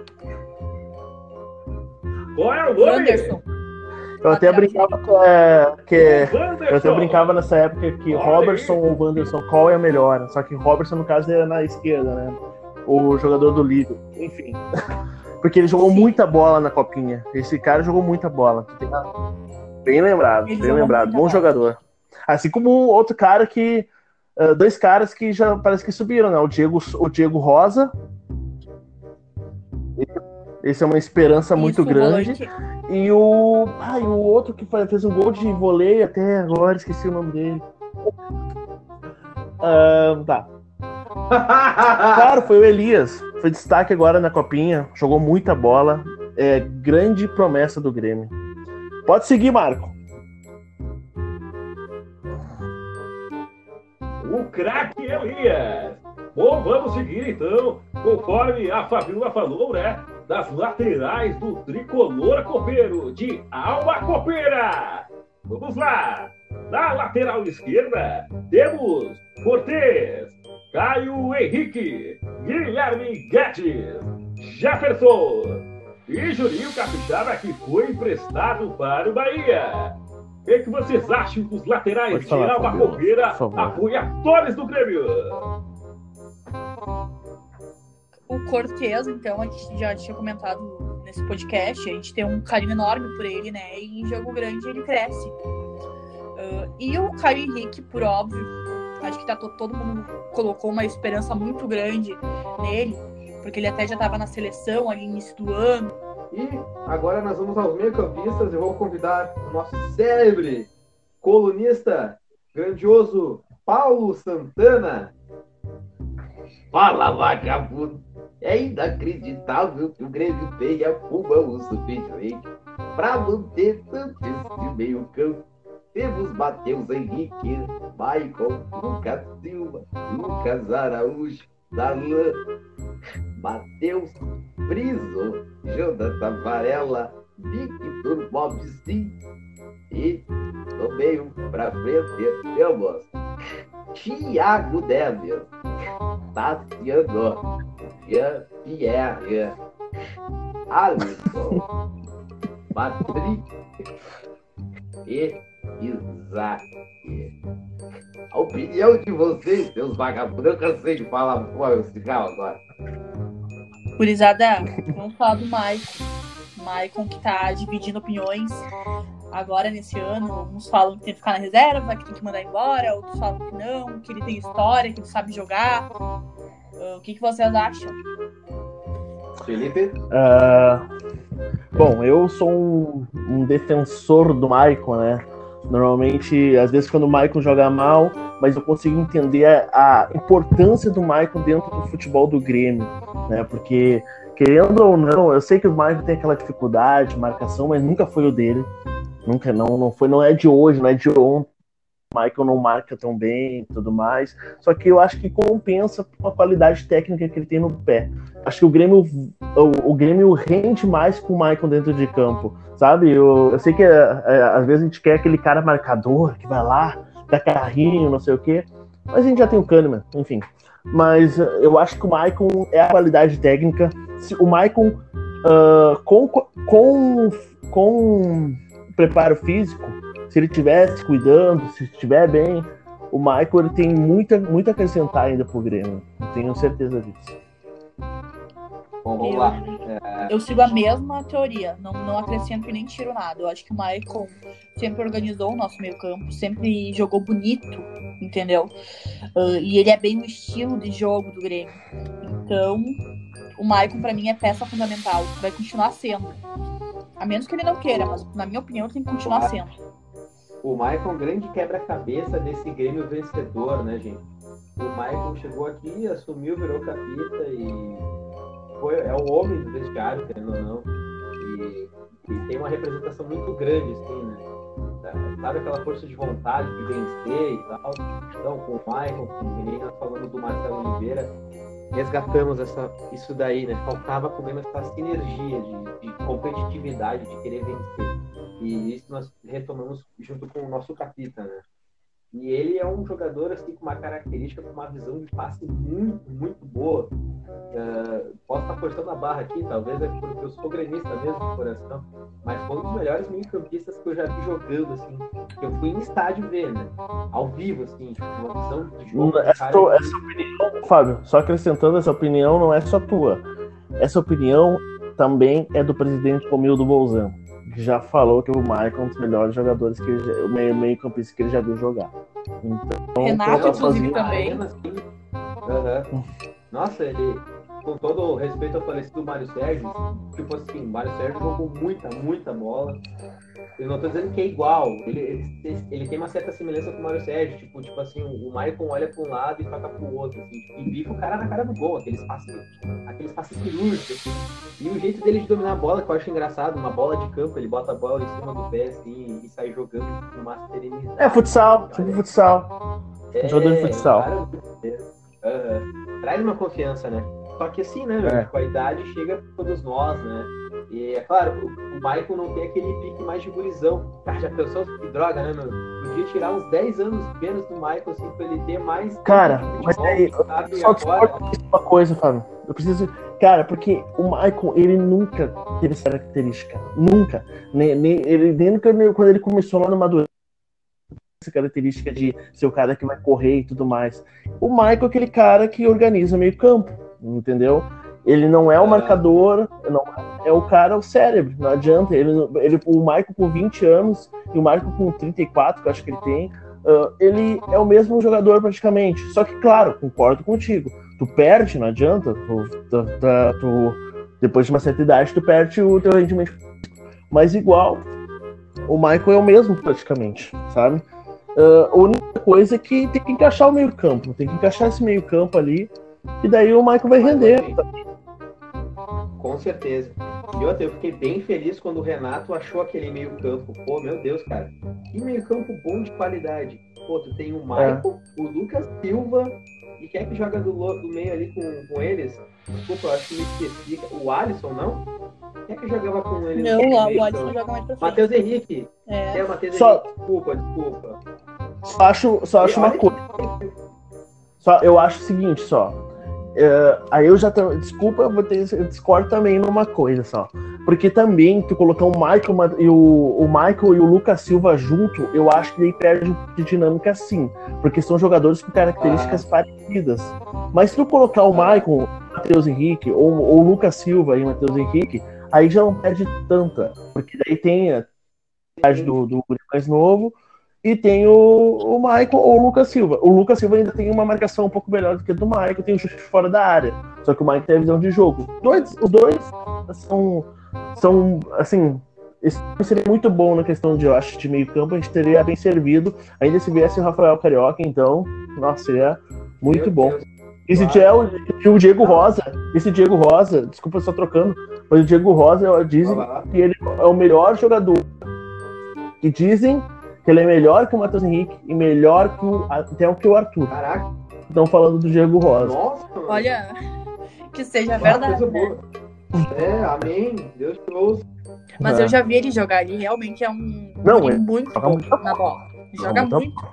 Qual é o nome? Wanderson. Eu até brincava que, é, que Wanderson. eu até brincava nessa época que Olha Robertson aí. ou Wanderson, qual é a melhor? Só que Robertson, no caso, era na esquerda, né? O jogador do Liverpool, enfim. Porque ele jogou Sim. muita bola na copinha. Esse cara jogou muita bola. Bem lembrado, Ele bem jogou lembrado. muita Bom bola. jogador. Assim como outro cara que. Uh, dois caras que já parece que subiram, né? O Diego, o Diego Rosa. Esse é uma esperança muito Isso, grande. volante. E o. Ah, e o outro que fez um gol de voleio até agora, esqueci o nome dele. Ah, tá. Claro, foi o Elias. Foi destaque agora na copinha. Jogou muita bola. É grande promessa do Grêmio. Pode seguir, Marco. O craque Elias. Bom, vamos seguir então, conforme a Fabiola falou, né? Das laterais do tricolor copeiro, de Alma Copeira. Vamos lá. Na lateral esquerda, temos Cortez, Caio Henrique, Guilherme Guedes, Jefferson e Juninho Capixaba, que foi emprestado para o Bahia. O que, que vocês acham dos laterais Pode de falar, Alma Fabiola, Copeira, por favor. apoiadores do Grêmio? O Cortez, então, a gente já tinha comentado nesse podcast, a gente tem um carinho enorme por ele, né? E em jogo grande ele cresce. Uh, e o Caio Henrique, por óbvio, acho que tá to- todo mundo colocou uma esperança muito grande nele, porque ele até já estava na seleção ali no início do ano. E agora nós vamos aos meio-campistas. Eu vou convidar o nosso célebre colunista grandioso Paulo Santana. Fala, vagabundo. É inacreditável que o Grêmio tenha pulmão o suficiente para manter tanto esse meio campo. Temos Matheus Henrique, Michael, Lucas Silva, Lucas Araújo, Darlan, Matheus Friso, Jonathan Varela, Victor Bobsin e no meio para frente temos Thiago Neves, Tassiano, Jean-Pierre, Alisson, Patrick e Isaac. A opinião de vocês, seus vagabundos, eu cansei de falar com o cigarro agora. Gurizada, vamos falar do Maicon. Maicon que tá dividindo opiniões agora nesse ano. Uns falam que tem que ficar na reserva, que tem que mandar embora, outros falam que não, que ele tem história, que ele sabe jogar. Uh, o que, que vocês acham? Felipe? Uh, bom, eu sou um, um defensor do Maicon, né? Normalmente, às vezes quando o Maicon joga mal, mas eu consigo entender a, a importância do Maicon dentro do futebol do Grêmio, né? Porque, querendo ou não, eu sei que o Maicon tem aquela dificuldade de marcação, mas nunca foi o dele. Nunca, não, não foi, não é de hoje, não é de ontem. O Michael não marca tão bem e tudo mais. Só que eu acho que compensa com a qualidade técnica que ele tem no pé. Acho que o Grêmio, o, o Grêmio rende mais com o Michael dentro de campo, sabe? Eu, eu sei que é, é, às vezes a gente quer aquele cara marcador que vai lá, dá carrinho, não sei o quê. Mas a gente já tem o Kahneman, enfim. Mas eu acho que o Michael é a qualidade técnica. O Michael, uh, com, com, com preparo físico, se ele estivesse cuidando, se estiver bem, o Michael ele tem muito, muito a acrescentar ainda pro Grêmio. Eu tenho certeza disso. Bom, vamos eu, lá. É... eu sigo a mesma teoria, não, não acrescento e nem tiro nada. Eu acho que o Maicon sempre organizou o nosso meio campo, sempre jogou bonito, entendeu? Uh, e ele é bem o estilo de jogo do Grêmio. Então, o Maicon pra mim é peça fundamental, vai continuar sendo. A menos que ele não queira, mas na minha opinião tem que continuar sendo. O Maicon é um grande quebra-cabeça desse Grêmio vencedor, né, gente? O Maicon chegou aqui, assumiu, virou capita e foi, é o homem do vestiário, querendo ou não. E, e tem uma representação muito grande, assim, né? Sabe aquela força de vontade de vencer e tal? Então, com o Maicon, com o menino, falando do Marcelo Oliveira, resgatamos essa, isso daí, né? Faltava com mesmo essa sinergia de, de competitividade, de querer vencer. E isso nós retomamos junto com o nosso capita, né? E ele é um jogador assim, com uma característica, com uma visão de passe muito, muito boa. Uh, posso estar forçando a barra aqui, talvez é porque eu sou gremista mesmo de coração, mas foi um dos melhores meio-campistas que eu já vi jogando, assim, que eu fui em estádio ver, né? Ao vivo, assim, uma visão de jogo. Essa, cara, essa opinião, Fábio, só acrescentando, essa opinião não é só tua. Essa opinião também é do presidente Romildo Bolzan, que já falou que o Michael é um dos melhores jogadores, que ele já, o meio, meio campista que ele já viu jogar. Então, Renato, inclusive, sozinho, também. arena, assim, uhum. Nossa, ele, com todo o respeito ao falecido Mário Sérgio, tipo assim, o Mário Sérgio jogou muita, muita bola. Eu não tô dizendo que é igual, ele, ele, ele tem uma certa semelhança com o Mário Sérgio, tipo, tipo assim, o Maicon olha para um lado e toca pro outro, assim, tipo, e bica o cara na cara do gol, aqueles passes, aqueles passes cirúrgicos, assim. E o jeito dele de dominar a bola, que eu acho engraçado, uma bola de campo, ele bota a bola em cima do pé, assim, e sai jogando com uma serenidade. É futsal, tipo futsal. É, jogador de futsal. Cara, uh, traz uma confiança, né? Só que assim, né, É. com a idade chega pra todos nós, né? E é claro, o, o Michael não tem aquele pique mais de gurizão. Cara, já pensou que droga, né, meu? Podia tirar uns dez anos menos do Michael, assim, pra ele ter mais... Cara, tempo de mas futebol, aí, sabe? só Agora, discordo uma coisa, Fábio. Eu preciso. Cara, porque o Michael, ele nunca teve essa característica. Nunca. Nem, nem, ele, nem quando ele começou lá no Madureira, essa característica de ser o cara que vai correr e tudo mais. O Michael é aquele cara que organiza meio campo, entendeu? Ele não é o Ah. marcador, não, é o cara, o cérebro, não adianta. Ele, ele, o Michael com vinte anos e o Michael com trinta e quatro, que eu acho que ele tem, uh, ele é o mesmo jogador praticamente. Só que, claro, concordo contigo. Tu perde, não adianta. Tu, tu, tu, tu, depois de uma certa idade, tu perde o teu rendimento. Mas igual, o Michael é o mesmo praticamente, sabe? Uh, a única coisa é que tem que encaixar o meio campo. Tem que encaixar esse meio campo ali, e daí o Michael vai render. Com certeza. E outra, eu fiquei bem feliz quando o Renato achou aquele meio campo. Pô, meu Deus, cara. Que meio campo bom de qualidade. Pô, tu tem o Michael, é. o Lucas Silva, e quem é que joga do, do meio ali com, com eles? Desculpa, eu acho que me esqueci. O Alisson, não? Quem é que jogava com ele? Não, no o meio, Alisson então? joga mais pra frente. Matheus Henrique. É, É, o Matheus Só- Henrique. Desculpa, desculpa. Só acho, só acho E uma olha coisa. que- Só, eu acho o seguinte, só. É, aí eu já tenho. Desculpa, eu vou ter. Eu discordo também numa coisa só. Porque também, tu colocar o Michael e o, o Michael e o Lucas Silva junto, eu acho que daí perde um pouco de dinâmica sim. Porque são jogadores com características Ah. parecidas. Mas se tu colocar o Michael, o Matheus Henrique, ou, ou o Lucas Silva e o Matheus Henrique, aí já não perde tanta. Porque daí tem a idade do, do guri mais novo. E tem o, o Michael ou o Lucas Silva. O Lucas Silva ainda tem uma marcação um pouco melhor do que a do Michael, tem o chute fora da área. Só que o Michael tem a visão de jogo. Dois, os dois são, são assim, esse seria muito bom na questão de, eu acho, de meio campo, a gente teria bem servido. Ainda se viesse o Rafael Carioca, então, nossa, seria muito Meu bom. Deus. E se Claro. tiver o, o Diego Rosa, esse Diego Rosa, desculpa só trocando, mas o Diego Rosa, dizem Vai lá. que ele é o melhor jogador. Que dizem que ele é melhor que o Matheus Henrique e melhor que o, até o que o Arthur. Caraca, Estão falando do Diego Rosa. nossa, mano. olha, que seja Ah, verdade, coisa né? boa. É, amém. Deus te ouça. Mas É. eu já vi ele jogar, ele realmente é um Não, guri é- muito joga bom muito na bola. Joga muito muito.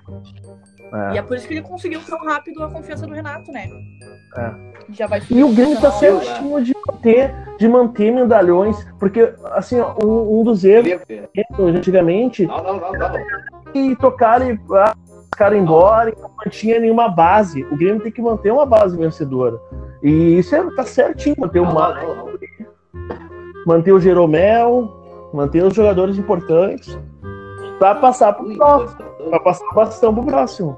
É. E é por isso que ele conseguiu tão rápido a confiança do Renato, né? É. Já vai E o Grêmio tá funcionar. certinho de manter, de manter medalhões, porque, assim, ó, um, um dos erros antigamente Não, não, não, não. e tocar e ah, os caras embora e não tinha nenhuma base. O Grêmio tem que manter uma base vencedora. E isso é, tá certinho, manter o Não, Ma- não, não, não. manter o Jeromel, manter os jogadores importantes pra passar pro Tua próximo, informação, pra passar o bastão pro próximo.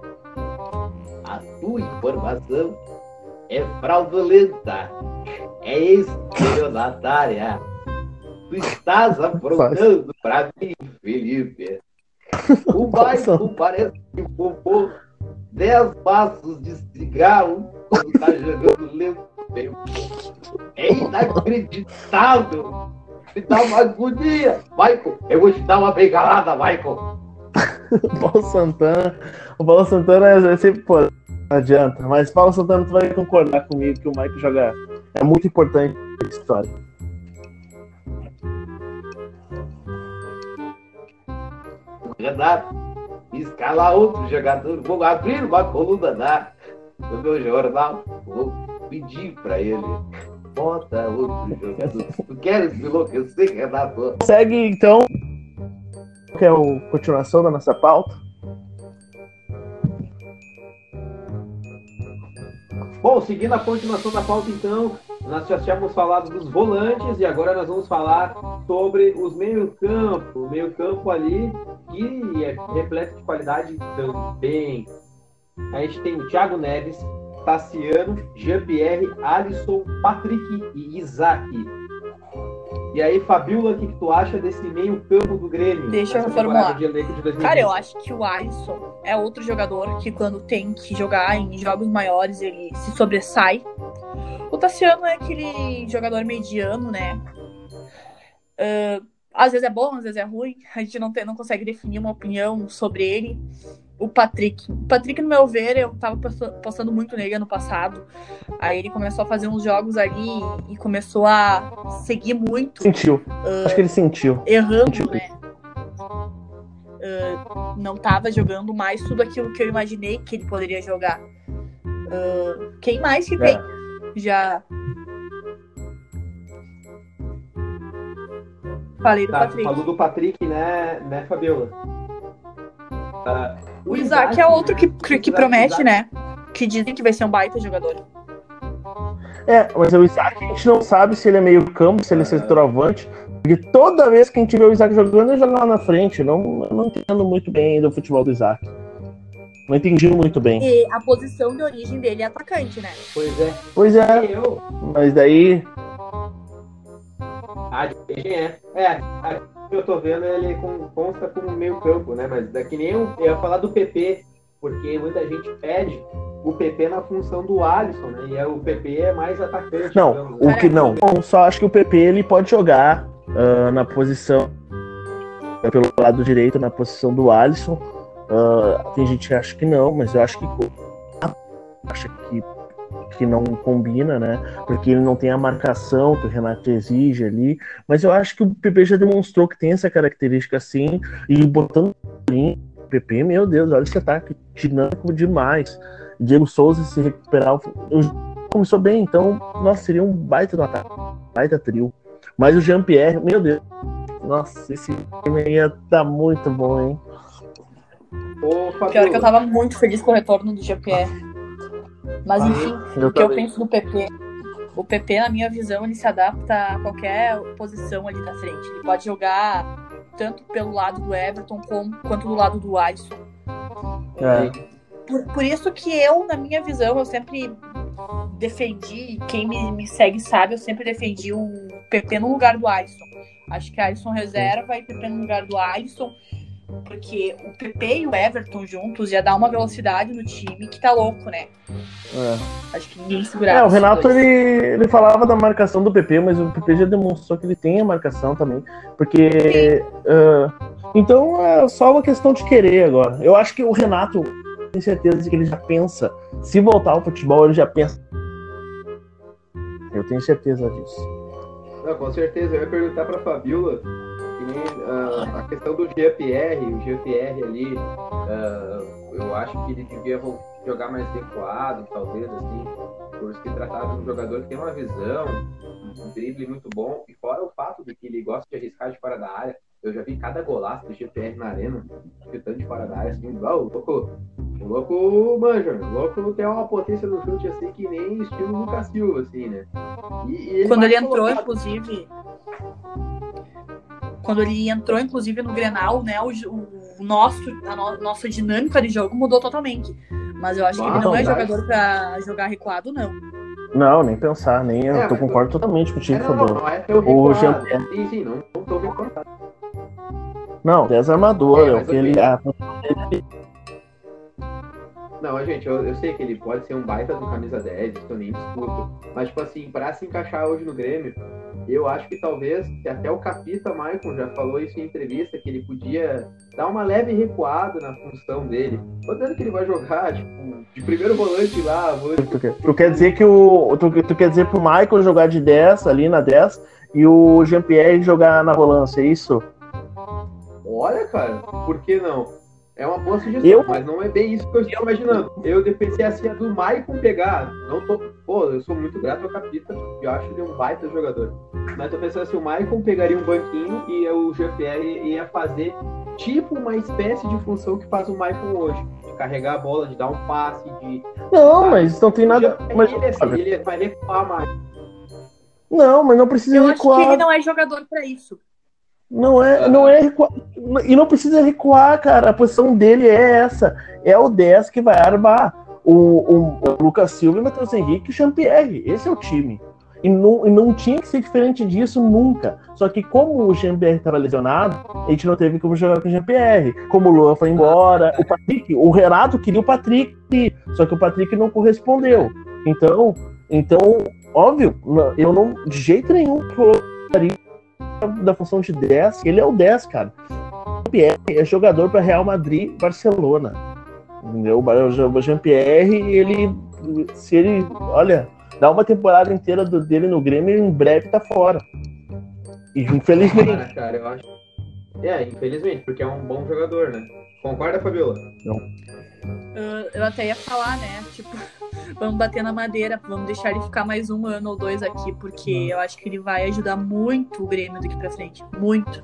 a tua informação é fraudulenta, é estelionatária. Tu estás aprontando pra mim, Felipe. O Michael parece que fumou dez maços de cigarro quando tá jogando lento tempo. É inacreditável. Me dá uma agonia. Michael, eu vou te dar uma bengalada, Michael. O Paulo Santana. O Paulo Santana é sempre, pô, não adianta. Mas Paulo Santana, tu vai concordar comigo que o Michael joga. É muito importante na história. Renato, escalar outro jogador. Vou abrir uma coluna na, no meu jornal. Vou pedir pra ele. Bota outro jogador. Tu queres me enlouquecer, Renato? Segue, então. Que é a continuação da nossa pauta. Bom, seguindo a continuação da pauta, então, nós já tínhamos falado dos volantes e agora nós vamos falar sobre os meio-campo. O meio-campo ali, que é repleto de qualidade também. A gente tem o Thiago Neves, Tassiano, Jean-Pierre, Alisson, Patrick e Isaac. E aí, Fabiola, o que, que tu acha desse meio-campo do Grêmio? Deixa eu nessa reformular. temporada de elenco de dois mil e vinte? Cara, eu acho que o Alisson é outro jogador que quando tem que jogar em jogos maiores, ele se sobressai. O Tassiano é aquele jogador mediano, né? Uh, às vezes é bom, às vezes é ruim. A gente não, tem, não consegue definir uma opinião sobre ele. O Patrick. O Patrick, no meu ver, eu tava postando muito nele ano passado. Aí ele começou a fazer uns jogos ali e começou a seguir muito. Sentiu. Acho que ele sentiu. Errando, Sentiu. né? Uh, não tava jogando mais tudo aquilo que eu imaginei que ele poderia jogar. Uh, quem mais que tem? É. Já falei do Tá, tu Patrick. falou do Patrick, né, né Fabiola? Ah, O Isaac é outro que, que Isaac, promete, Isaac. né? Que dizem que vai ser um baita jogador. É, mas o Isaac a gente não sabe se ele é meio campo, se ele é centroavante. Porque toda vez que a gente vê o Isaac jogando, ele joga lá na frente. Não, eu não entendo muito bem ainda o futebol do Isaac. Não entendi muito bem. E a posição de origem dele é atacante, né? Pois é. Pois é, E eu, mas daí. a de origem é. É, aqui eu tô vendo ele com, consta como meio campo, né? Mas daqui nem eu, eu ia falar do P P, porque muita gente pede o P P na função do Alisson, né? E é, o P P é mais atacante. Não, digamos, o né? que não. Eu só acho que o P P ele pode jogar uh, na posição. Pelo lado direito, na posição do Alisson. Uh, tem gente que acha que não, mas eu acho que. Acha que. que não combina, né? Porque ele não tem a marcação que o Renato exige ali. Mas eu acho que o P P já demonstrou que tem essa característica assim. E botando o P P, meu Deus, olha esse ataque dinâmico demais. Diego Souza se recuperar. Começou bem, então, nossa, seria um baita no ataque. Baita trio. Mas o Jean-Pierre, meu Deus. Nossa, esse time ia tá muito bom, hein? Ô, Pior que eu Fabiola, tava muito feliz com o retorno do G P R. Mas Ah, enfim, eu o que eu também. penso do P P. O P P, na minha visão, ele se adapta a qualquer posição ali na frente. Ele pode jogar tanto pelo lado do Everton como, quanto do lado do Alisson. É. Por, por isso que eu, na minha visão, eu sempre defendi, quem me, me segue sabe, eu sempre defendi o P P no lugar do Alisson. Acho que Alisson reserva e P P no lugar do Alisson, porque o P P e o Everton juntos ia dar uma velocidade no time que tá louco, né? É. Acho que ninguém segurava. É, o esses Renato dois. ele, ele falava da marcação do P P, mas o P P já demonstrou que ele tem a marcação também. Porque. Uh, então é só uma questão de querer agora. Eu acho que o Renato tem certeza de que ele já pensa. Se voltar ao futebol, ele já pensa. Eu tenho certeza disso. Não, com certeza. Eu ia perguntar pra Fabiola que nem, ah, a questão do G P R, o G P R ali, ah, eu acho que ele devia vo- jogar mais recuado, talvez, assim, por se tratar de um jogador que tem uma visão, um drible muito bom, e fora o fato de que ele gosta de arriscar de fora da área. Eu já vi cada golaço do G P R na arena, chutando de fora da área, assim, igual o louco, o louco manja, o louco tem uma potência no chute, assim, que nem estilo Lucas Silva, assim, né? E, e ele Quando mais ele entrou, colocado. inclusive. Quando ele entrou, inclusive, no Grenal, né? O, o nosso, a no- nossa dinâmica de jogo mudou totalmente. Mas eu acho que ele Ah, não é verdade. jogador pra jogar recuado, não. Não, nem pensar, nem eu É, tô, mas- concordo totalmente É, contigo, não, não, Fabiola. não é pelo O recuado. Jean- Sim, sim, não, não tô reclamando. Não, desarmador, É, é, mas o que ele. ok. Ah, Não, gente, eu, eu sei que ele pode ser um baita do camisa dez, isso eu nem discuto. Mas, tipo assim, pra se encaixar hoje no Grêmio, eu acho que talvez, que até o Capita Maicon já falou isso em entrevista, que ele podia dar uma leve recuada na função dele. Tô dizendo que ele vai jogar, tipo, de primeiro volante lá, volante. tu, quer, tu quer dizer que o. Tu, tu quer dizer pro Michael jogar de dez ali na dez e o Jean-Pierre jogar na volância, é isso? Olha, cara, por que não? É uma boa sugestão, Eu- mas não é bem isso que eu estou imaginando. Eu pensei assim, a do Maicon pegar. Não tô. Pô, eu sou muito grato ao Capita, eu acho ele um baita jogador. Mas tô pensando assim, o Maicon pegaria um banquinho e o G P R ia fazer tipo uma espécie de função que faz o Maicon hoje. De carregar a bola, de dar um passe, de. Não, Sabe? mas não tem O nada. G P R, Mas, ele, assim, ele vai recuar mais. não, mas não precisa Eu acho que recuar. ele não é jogador pra isso. Não é, não é recuar. E não precisa recuar, cara. A posição dele é essa. É o dez que vai armar. O, o, o Lucas Silva, o Matheus Henrique e o Jean-Pierre. Esse é o time. E não, e não tinha que ser diferente disso nunca. Só que como o Jean-Pierre estava lesionado, a gente não teve como jogar com o Jean-Pierre. Como o Luan foi embora, o Patrick, o Renato queria o Patrick, só que o Patrick não correspondeu. Então, então óbvio, eu não, de jeito nenhum, colocaria da função de dez, ele é o dez, cara. O Jean-Pierre é jogador para Real Madrid e Barcelona. Entendeu? O Jean-Pierre, ele, se ele, olha, dá uma temporada inteira do, dele no Grêmio, ele em breve tá fora. E infelizmente. Cara, cara, eu acho. É, infelizmente, porque é um bom jogador, né? Concorda, Fabiola? Uh, eu até ia falar, né? Tipo, vamos bater na madeira, vamos deixar ele ficar mais um ano ou dois aqui, porque eu acho que ele vai ajudar muito o Grêmio daqui pra frente. Muito.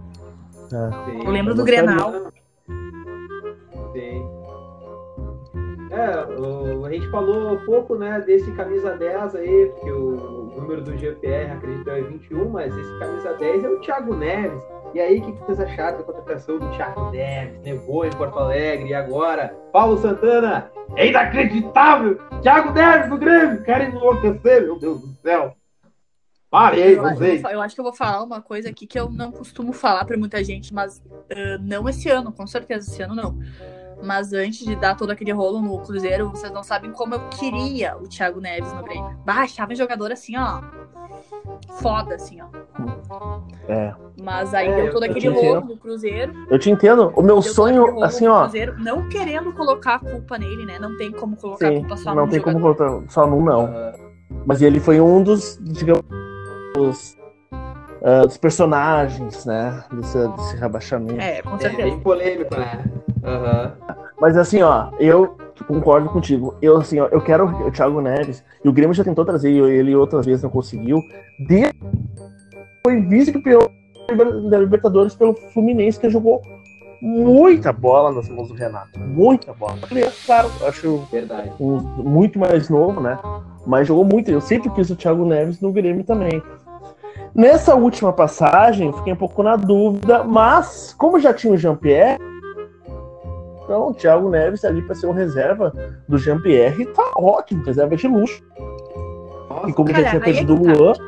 É. Sim. Eu lembro do gostaria. Grenal. Sim. É, o gente falou pouco, né, desse camisa dez aí, porque o, o número do G P R, acredito, é vinte e um, mas esse camisa dez é o Thiago Neves. E aí, o que, que vocês acharam da contratação do Thiago Neves? Levou em Porto Alegre e agora? Paulo Santana, é inacreditável! Thiago Neves do Grêmio! Querem enlouquecer, meu Deus do céu! Parei, eu, não sei. eu, eu acho que eu vou falar uma coisa aqui que eu não costumo falar pra muita gente, mas uh, não esse ano, com certeza, esse ano não. Mas antes de dar todo aquele rolo no Cruzeiro, vocês não sabem como eu queria o Thiago Neves no Grêmio. Bah, achava jogador assim, ó. Foda, assim, ó. É. Mas aí É, deu todo eu aquele te rolo entendo. no Cruzeiro. Eu te entendo. O meu Deu todo aquele sonho, rolo assim, no ó. Cruzeiro, não querendo colocar a culpa nele, né? Não tem como colocar a Sim, culpa só não no tem como jogador. voltar só num, não. Aham. Mas ele foi um dos, digamos, dos, ah, dos personagens, né? Desse, desse rebaixamento. É, com É certeza. bem polêmico, né? Aham. Mas assim, ó, eu concordo contigo. Eu, assim, ó, eu quero o Thiago Neves, e o Grêmio já tentou trazer ele outras vezes, não conseguiu. Desde foi vice-campeão da Libertadores pelo Fluminense, que jogou muita bola nas mãos do Renato. Muita bola. Claro, eu acho Verdade. um, muito mais novo, né? Mas jogou muito. Eu sempre quis o Thiago Neves no Grêmio também. Nessa última passagem, fiquei um pouco na dúvida, mas como já tinha o Jean-Pierre, então o Thiago Neves ali para ser um reserva do Jean-Pierre tá ótimo, reserva de luxo. Nossa, E como Cara, já tinha aí é perdido que o tá. Luan,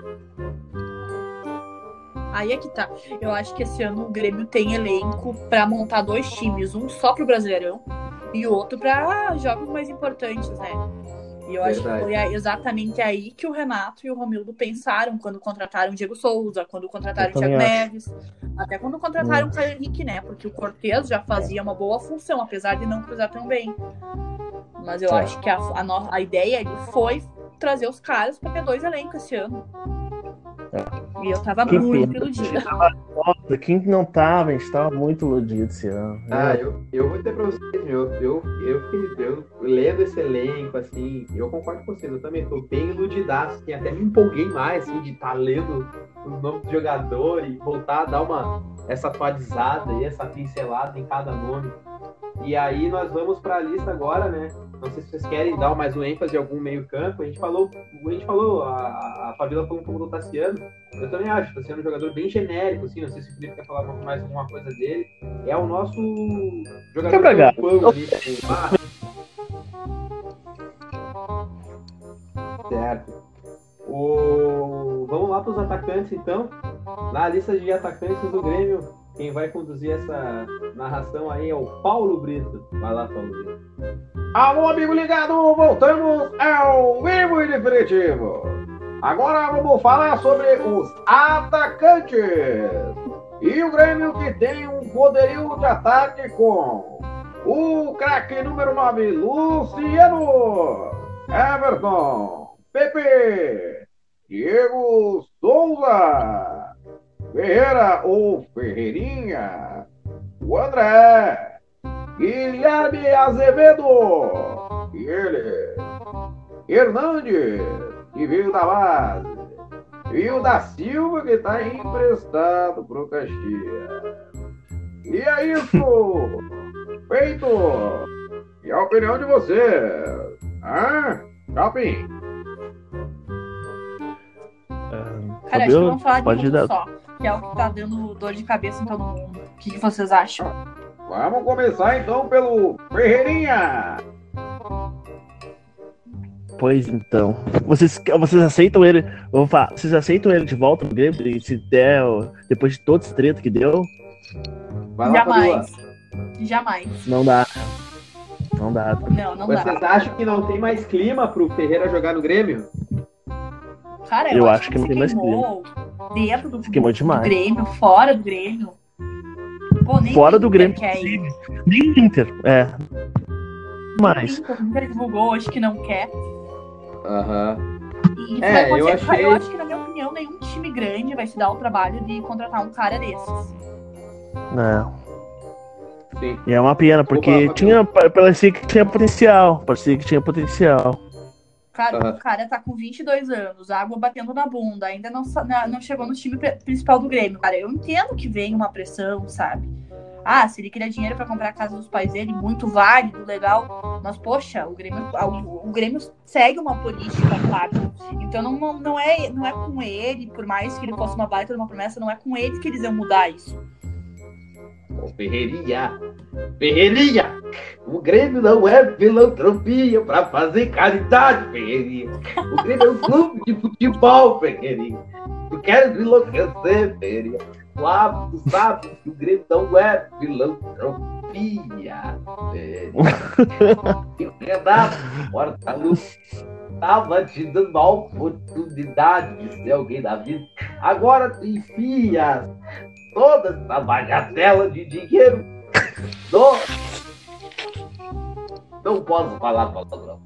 Aí é que tá. Eu acho que esse ano o Grêmio tem elenco pra montar dois times, um só pro Brasileirão e o outro pra jogos mais importantes, né? E eu acho Verdade. que foi exatamente aí que o Renato e o Romildo pensaram quando contrataram o Diego Souza, quando contrataram Eu o Thiago também Neves, até quando contrataram Hum. o Caio Henrique, né? Porque o Cortez já fazia uma boa função, apesar de não cruzar tão bem. Mas eu É. acho que a, a, no- a ideia ali foi trazer os caras pra ter dois elencos esse ano. E eu tava Que muito pena. iludida. Nossa, quem não tava, a gente tava muito iludido esse ano. Ah, eu, eu vou dizer pra vocês, eu, eu, eu, fiquei- eu lendo esse elenco, assim, eu concordo com vocês, eu também tô bem iludidaço, assim, até me empolguei mais, assim, de estar lendo os nomes do jogador e voltar a dar uma, essa atualizada e essa pincelada em cada nome. E aí nós vamos pra lista agora, né? Não sei se vocês querem dar mais um ênfase em algum meio campo. A gente falou, a gente falou, a, a Fabíola falou um pouco do Tassiano. Eu também acho, o Tassiano é um jogador bem genérico, assim, não sei se o Felipe quer falar mais alguma coisa dele. É o nosso jogador Quebra galho. tampão ali, tipo, ah. Certo. O... Vamos lá para os atacantes, então. Na lista de atacantes do Grêmio, quem vai conduzir essa narração aí é o Paulo Brito. Vai lá, Paulo Brito. Alô, amigo ligado! Voltamos ao vivo e definitivo. Agora vamos falar sobre os atacantes. E o Grêmio que tem um poderio de ataque com o craque número nove, Luciano, Everton, Pepe, Diego Souza, Ferreira ou Ferreirinha, o André, Guilherme Azevedo, e ele, Hernandes, que veio da base, e o da Silva, que está emprestado pro Caxias. E é isso! Feito! E a opinião de você? Ah, Shopping? Cara, acho que vamos falar de pode um dar. só, que é o que tá dando dor de cabeça em todo mundo. O que, que vocês acham? Vamos começar então pelo Ferreirinha! Pois então. Vocês, vocês aceitam ele? Eu vou falar, vocês aceitam ele de volta no Grêmio? E se der, depois de todo esse treta que deu? Vai lá, Fabiola. Jamais. Jamais. Não dá. Não dá. Não, não Vocês dá. acham que não tem mais clima pro Ferreira jogar no Grêmio? Cara, Eu acho que não se tem mais queimou dentro do, Se queimou do demais. Grêmio, fora do Grêmio. Pô, nem Fora o do Inter Grêmio, quer ir. nem o Inter. É. Mas. O Inter divulgou hoje que não quer. Aham. E isso É, vai eu acontecer. achei- eu acho que, na minha opinião, nenhum time grande vai se dar o trabalho de contratar um cara desses. Não. Sim. E é uma pena, porque Opa, tinha, parecia que tinha potencial. Parecia que tinha potencial. Cara, Aham. o cara tá com vinte e dois anos, água batendo na bunda, ainda não, sa- na- não chegou no time pri- principal do Grêmio. Cara, eu entendo que vem uma pressão, sabe? Ah, se ele queria dinheiro pra comprar a casa dos pais dele, muito válido, legal. Mas, poxa, o Grêmio, o, o Grêmio segue uma política, claro. Então não, não, não, é, não é com ele, por mais que ele fosse uma baita de uma promessa, não é com ele que eles iam mudar isso. Ô, Ferreirinha, Ferreirinha, o Grêmio não é filantropia pra fazer caridade, Ferreirinha. O Grêmio é um clube de futebol, Ferreirinha. Tu queres me enlouquecer, Ferreirinha? Lá, tu sabe que o Grêmio não é filantropia, Ferreirinha. E o Renato Portaluppi tava te dando a oportunidade de ser alguém da vida. Agora tu enfia toda essa bagatela de dinheiro. Não, não posso falar palavrão.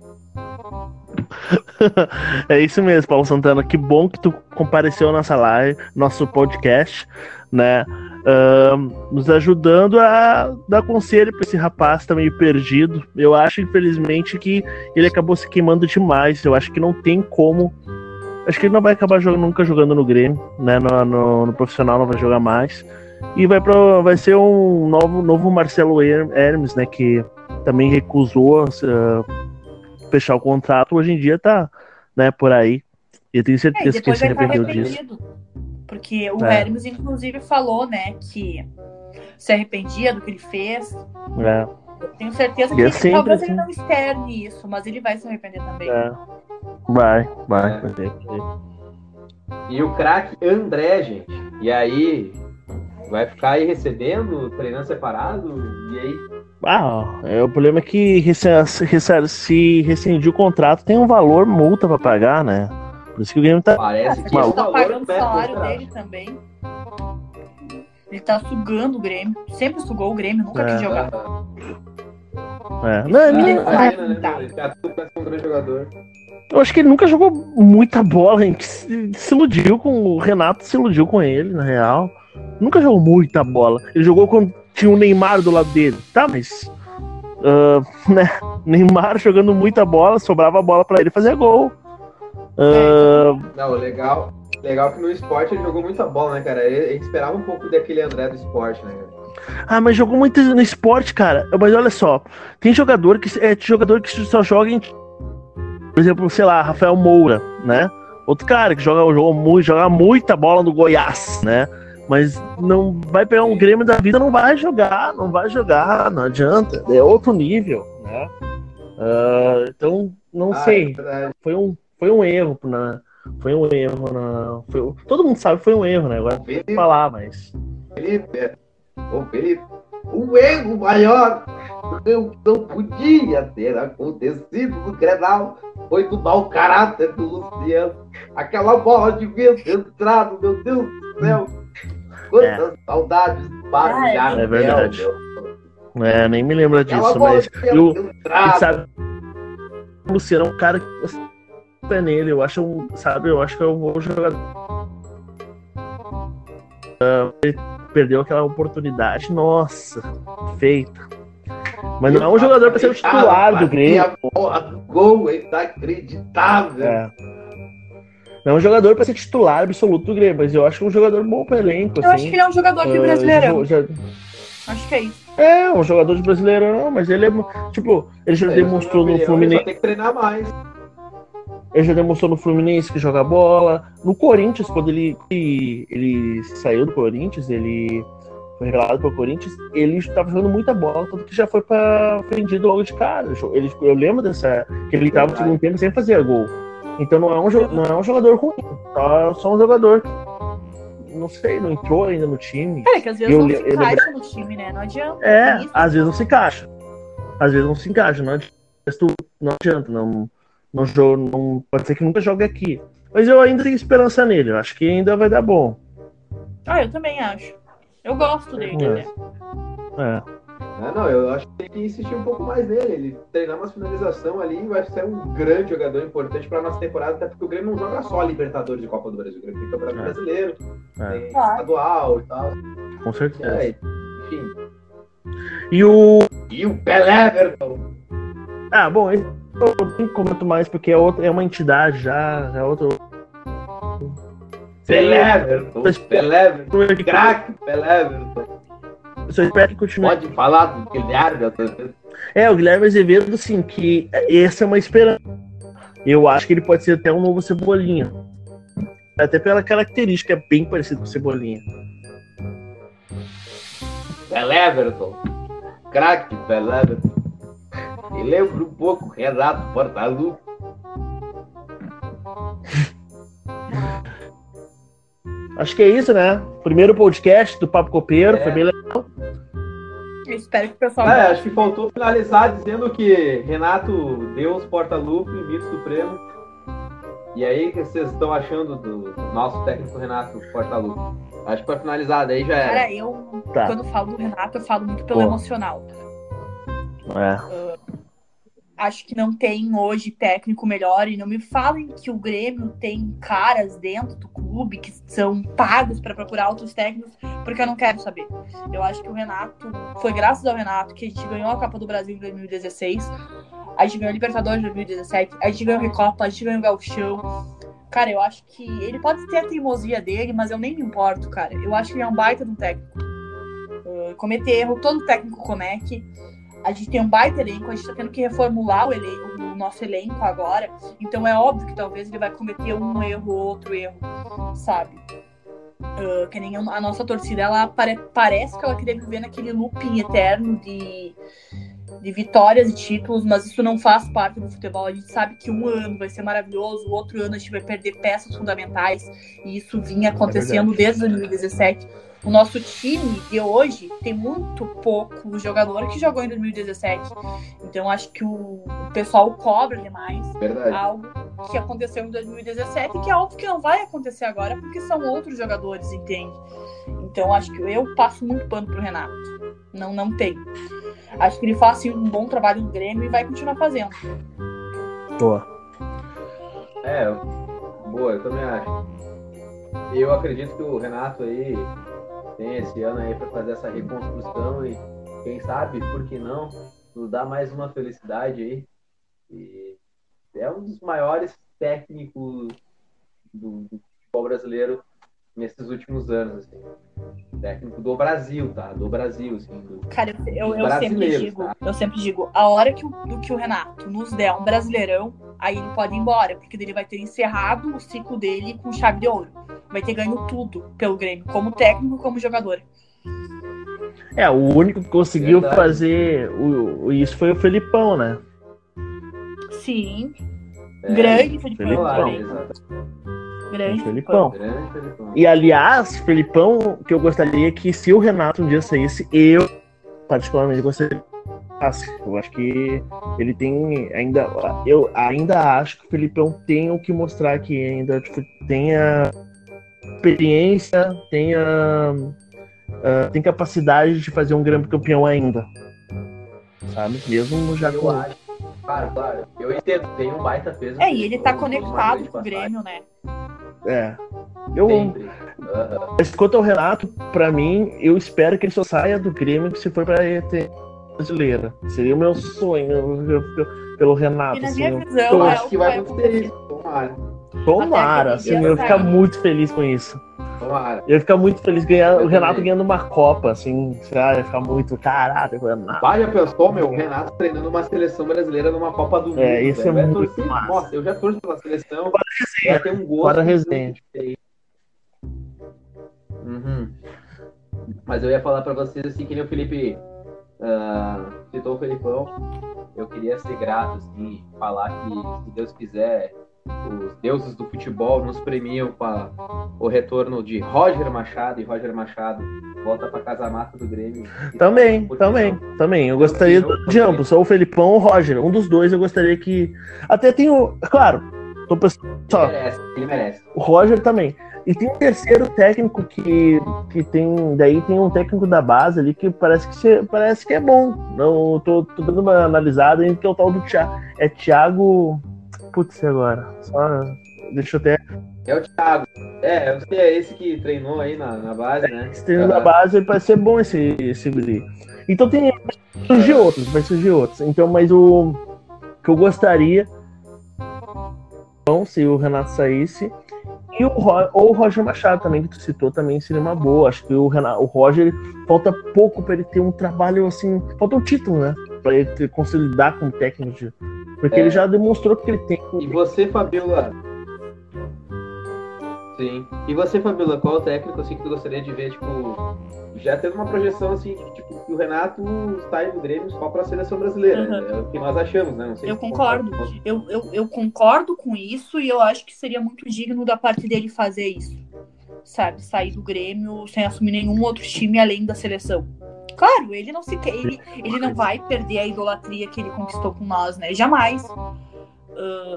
É isso mesmo, Paulo Santana. Que bom que tu compareceu nessa live, nosso podcast, né? Uh, nos ajudando a dar conselho para esse rapaz que tá meio perdido. Eu acho, infelizmente, que ele acabou se queimando demais. Eu acho que não tem como. Acho que ele não vai acabar jogando, nunca jogando no Grêmio, né? No, no, no profissional não vai jogar mais. E vai, pra, vai ser um novo, novo Marcelo Hermes, né? Que também recusou uh, fechar o contrato. Hoje em dia tá, né, por aí. E eu tenho certeza é, que ele se arrependeu disso. Porque o é. Hermes, inclusive, falou, né, que se arrependia do que ele fez. É. Eu tenho certeza e que é ele, talvez assim. ele não externe isso, mas ele vai se arrepender também. É. Vai, vai. É. vai, ter, vai ter. E o craque André, gente. E aí, vai ficar aí recebendo, treinando separado? E aí? Ah, é, o problema é que se rescindir o contrato tem um valor multa pra pagar, né? Por isso que o Grêmio tá... Parece que eles é um estão valor pagando o perto salário do dele também. Ele tá sugando o Grêmio. Sempre sugou o Grêmio, nunca É. quis jogar. É. Não, é Ah, menino, imagina, né? Ele tá tudo parece um grande jogador. eu acho que ele nunca jogou muita bola, hein? Se, se iludiu com o Renato, se iludiu com ele, na real. Nunca jogou muita bola. Ele jogou quando tinha o Neymar do lado dele. Tá, mas... Uh, né? Neymar jogando muita bola, sobrava a bola pra ele fazer gol. Uh, Não, legal. Legal que no esporte ele jogou muita bola, né, cara? Ele, ele esperava um pouco daquele André do esporte, né, cara? Ah, mas jogou muito no esporte, cara. Mas olha só, tem jogador que é jogador que só joga em... Por exemplo, sei lá, Rafael Moura, né? Outro cara que joga, joga, muito, joga muita bola no Goiás, né? Mas não vai pegar um Grêmio da vida, não vai jogar, não vai jogar, não adianta. É outro nível, né? Uh, então, não Ah, sei. é Foi um, foi um erro, né? Foi um erro. Na... Foi... Todo mundo sabe que foi um erro, né? Agora não tem que falar, mas... Felipe, ô Felipe, o erro maior que não podia ter acontecido no Grenal foi do mau caráter do Luciano. Aquela bola devia ter entrado, meu Deus do céu. Quantas é. saudades para o Jardel. É verdade. Meu. É, nem me lembro disso, mas... Eu, sabe, o Luciano é um cara que é nele, eu acho, um, sabe, eu acho que eu vou jogar... Uh, ele perdeu aquela oportunidade, nossa, feita. Mas não é um jogador para ser o titular do Grêmio. A porra do gol é inacreditável. É. Não é um jogador para ser titular absoluto do Grêmio, mas eu acho que é um jogador bom para elenco. Eu assim. acho que ele é um jogador de uh, Brasileirão. Já... Acho que é isso. É, um jogador de Brasileirão, mas ele é, tipo, ele já é, demonstrou no Fluminense. Ele só tem que treinar mais. Ele já demonstrou no Fluminense que joga bola. No Corinthians, quando ele, ele saiu do Corinthians, ele foi revelado pro Corinthians, ele estava jogando muita bola, tanto que já foi para vendido logo de cara. Ele, eu lembro dessa, que ele estava no segundo tempo sem fazer gol. Então não é um, não é um jogador ruim, só, só um jogador que, não sei, não entrou ainda no time. É, que às vezes eu, não se eu, encaixa eu, no time, né? Não adianta. É, às vezes não se encaixa. Às vezes não se encaixa, não adianta. Não adianta, não... Não, jogo, não pode ser que nunca jogue aqui. Mas eu ainda tenho esperança nele. Eu acho que ainda vai dar bom. Ah, eu também acho. Eu gosto dele, é. né? É. Ah, não, eu acho que tem que insistir um pouco mais nele. Ele treinar uma finalização ali vai ser um grande jogador importante para nossa temporada, até porque o Grêmio não joga só Libertadores e Copa do Brasil. O Grêmio tem Campeonato é. Brasileiro, é. tem estadual e tal. Com certeza. É, enfim. E o. E o Pelé, Everton. Ah, bom, eu não comento mais porque é, outra, é uma entidade já, é outro. Pelé, Everton. Pelé, Everton. Craque, Pelé, Everton. Eu só espero que continue. Pode falar do Guilherme? É, o Guilherme Azevedo, sim, que essa é uma esperança. Eu acho que ele pode ser até um novo Cebolinha. Até pela característica, é bem parecido com o Cebolinha. Beleverton. Craque Beleverton. Me lembra um pouco Renato Portaluppi. Acho que é isso, né? Primeiro podcast do Papo Copeiro, É. foi bem legal. Eu espero que o pessoal. É, acho que faltou finalizar dizendo que Renato, Deus, Portaluppi, mito supremo. E aí, o que vocês estão achando do nosso técnico Renato Portaluppi? Acho que pra finalizar, daí já era. Cara, eu, Tá. quando falo do Renato, eu falo muito pelo Pô. emocional. É. Acho que não tem hoje técnico melhor. E não me falem que o Grêmio tem caras dentro do clube que são pagos para procurar outros técnicos, porque eu não quero saber. Eu acho que o Renato, foi graças ao Renato que a gente ganhou a Copa do Brasil em dois mil e dezesseis, a gente ganhou a Libertadores em dois mil e dezessete, a gente ganhou a Recopa, a gente ganhou o Gauchão. Cara, eu acho que ele pode ter a teimosia dele, mas eu nem me importo, cara. Eu acho que ele é um baita de um técnico. Uh, cometer erro, todo técnico comete. A gente tem um baita elenco, a gente tá tendo que reformular o, elenco, o nosso elenco agora. Então é óbvio que talvez ele vai cometer um erro ou outro erro, sabe? Uh, que nem a nossa torcida, ela pare, parece que ela queria viver naquele looping eterno de, de vitórias e títulos, mas isso não faz parte do futebol. A gente sabe que um ano vai ser maravilhoso, o outro ano a gente vai perder peças fundamentais, e isso vinha acontecendo desde dois mil e dezessete. O nosso time de hoje tem muito pouco jogador que jogou em dois mil e dezessete. Então acho que o pessoal cobra demais Verdade. algo que aconteceu em dois mil e dezessete e que é óbvio que não vai acontecer agora porque são outros jogadores, entende? Então acho que eu passo muito pano pro Renato. Não, não tem. Acho que ele faz assim, um bom trabalho no Grêmio e vai continuar fazendo. Boa. É, boa, eu também acho. Eu acredito que o Renato aí tem esse ano aí para fazer essa reconstrução e quem sabe, por que não, nos dá mais uma felicidade aí. E é um dos maiores técnicos do, do futebol brasileiro nesses últimos anos, assim. Técnico do Brasil, tá? Do Brasil, assim. Do, Cara, eu, eu, eu sempre brasileiros, digo, tá? eu sempre digo, a hora que o, do que o Renato nos der um brasileirão, aí ele pode ir embora, porque ele vai ter encerrado o ciclo dele com chave de ouro. Vai ter ganho tudo pelo Grêmio, como técnico, como jogador. É, o único que conseguiu Verdade. fazer o, o- isso foi o Felipão, né? Sim, É, grande Felipão. Felipão. claro, também. exato. Grande O Felipão. Grande Felipão. E aliás, Felipão, que eu gostaria que se o Renato um dia saísse, eu particularmente gostaria que passasse. Eu acho que ele tem ainda, eu ainda acho que o Felipão tem o que mostrar aqui ainda, tipo, tem a experiência, tem a, a- tem capacidade de fazer um grande campeão ainda, sabe? Mesmo já Eu com acho. Claro, claro. Eu entendo, tem um baita peso. É, e ele tá Uma grande conectado com o passagem. Grêmio, né? é. Eu, Sempre. Aham. Mas quanto ao Renato, pra mim, eu espero que ele só saia do Grêmio se for pra ter brasileira. Seria o meu sonho eu- eu- eu- pelo Renato. E na Assim, minha eu- visão, Eu é acho o que vai acontecer. acontecer isso. Tomara. tomara, até assim, aquele eu ia dia ficar sair. muito feliz com isso. Tomara. Eu ia ficar muito feliz ganhar, Eu o Renato também. ganhando uma Copa, assim, sabe? Eu ia ficar muito, caralho, Renato. Vai, já pensou, meu? O Renato treinando uma seleção brasileira numa Copa do Mundo. É, isso velho. é Vai muito torcer- massa. Nossa, eu já torço pela seleção. Fora Vai ter um gosto. Fora a resenha. Uhum. Mas eu ia falar pra vocês assim, que nem o Felipe ah, citou o Felipão. Eu queria ser grato, assim, falar que, se Deus quiser, os deuses do futebol nos premiam com a- o retorno de Roger Machado, e Roger Machado volta pra casa mata do Grêmio. E Também, por que também, não? também. Eu gostaria de ambos, ou o Felipão ou o Roger. Um dos dois eu gostaria que. Até tem o. Claro, tô pensando Ele só. merece, ele merece. O Roger também. E tem um terceiro técnico que, que tem. Daí tem um técnico da base ali que parece que, se- parece que é bom. Não, tô, tô dando uma analisada em que é o tal do Thiago. É Thiago. Putz, e agora? Só. Deixa eu até. É o Thiago. É, eu sei, é esse que treinou aí na, na base, né? Esse treino da Aham. base ele parece ser bom esse, esse guri. Então tem. Vai surgir outros, vai surgir outros. Então, mas o que eu gostaria. Bom, se o Renato saísse. E o, Ro- ou o Roger Machado também, que tu citou, também seria uma boa. Acho que o, Renato, o Roger, falta pouco para ele ter um trabalho assim. Falta um título, né? Para ele ter, consolidar como técnico. De, porque É. ele já demonstrou que ele tem. E você, Fabiola? Sim. E você, Fabiola, qual o técnico assim, que tu gostaria de ver, tipo, já tendo uma projeção assim, de, tipo, que o Renato sai do Grêmio só pra seleção brasileira? Uhum. É o que nós achamos, né? Não sei Eu se tu concordo. concorda. Eu, eu, eu concordo com isso e eu acho que seria muito digno da parte dele fazer isso. Sabe? Sair do Grêmio sem assumir nenhum outro time além da seleção. Claro, ele não se que- ele, ele não vai perder a idolatria que ele conquistou com nós, né? Jamais. Ah,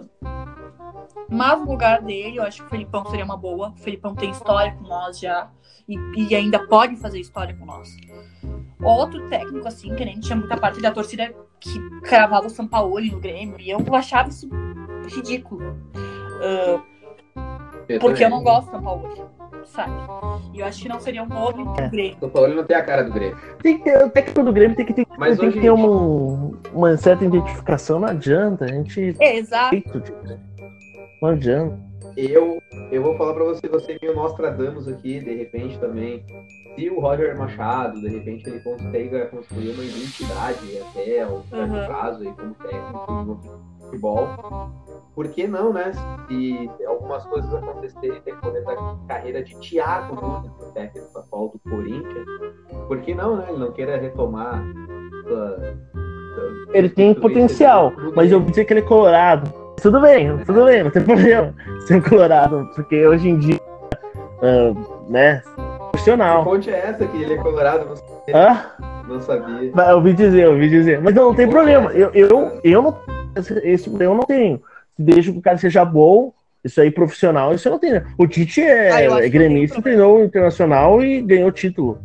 mas no lugar dele, eu acho que o Felipão seria uma boa. O Felipão tem história com nós já. E, e ainda pode fazer história com nós. Outro técnico, assim, que nem tinha muita parte da torcida que cravava o Sampaoli no Grêmio. E eu achava isso ridículo. Ah, Eu porque eu também. não gosto do Sampaoli, sabe? E eu acho que não seria um nome pro Grêmio. O Paulo não tem a cara do Grêmio. Tem que ter, o técnico do Grêmio tem que ter, Mas tem hoje, que ter gente- uma, uma certa identificação. Não adianta, a gente. É, exato. Não adianta. Eu, eu vou falar pra você, você meio Nostradamus aqui, de repente também. Se o Roger Machado, de repente, ele consiga construir uma identidade até, ou no Uhum. caso, aí, como técnico no futebol, por que não, né? Se algumas coisas acontecerem, tem poder da carreira de Thiago Nunes, o técnico atual do Corinthians, por que não, né? Ele não queira retomar sua, sua- Ele tem sua- potencial, sua- mas eu vou dizer que ele é colorado. Tudo bem, tudo bem, não tem problema ser colorado, porque hoje em dia, ah, né, Que profissional. fonte é essa que ele é colorado? Não sabia. Ah, Não sabia. mas eu ouvi dizer, eu ouvi dizer. Mas não, não tem problema, eu, eu, eu não esse eu não tenho. Desde que o cara seja bom, isso aí profissional, isso eu não tenho. O Tite é, Ah, eu acho é que eu gremista, tenho treinou o Internacional e ganhou o título.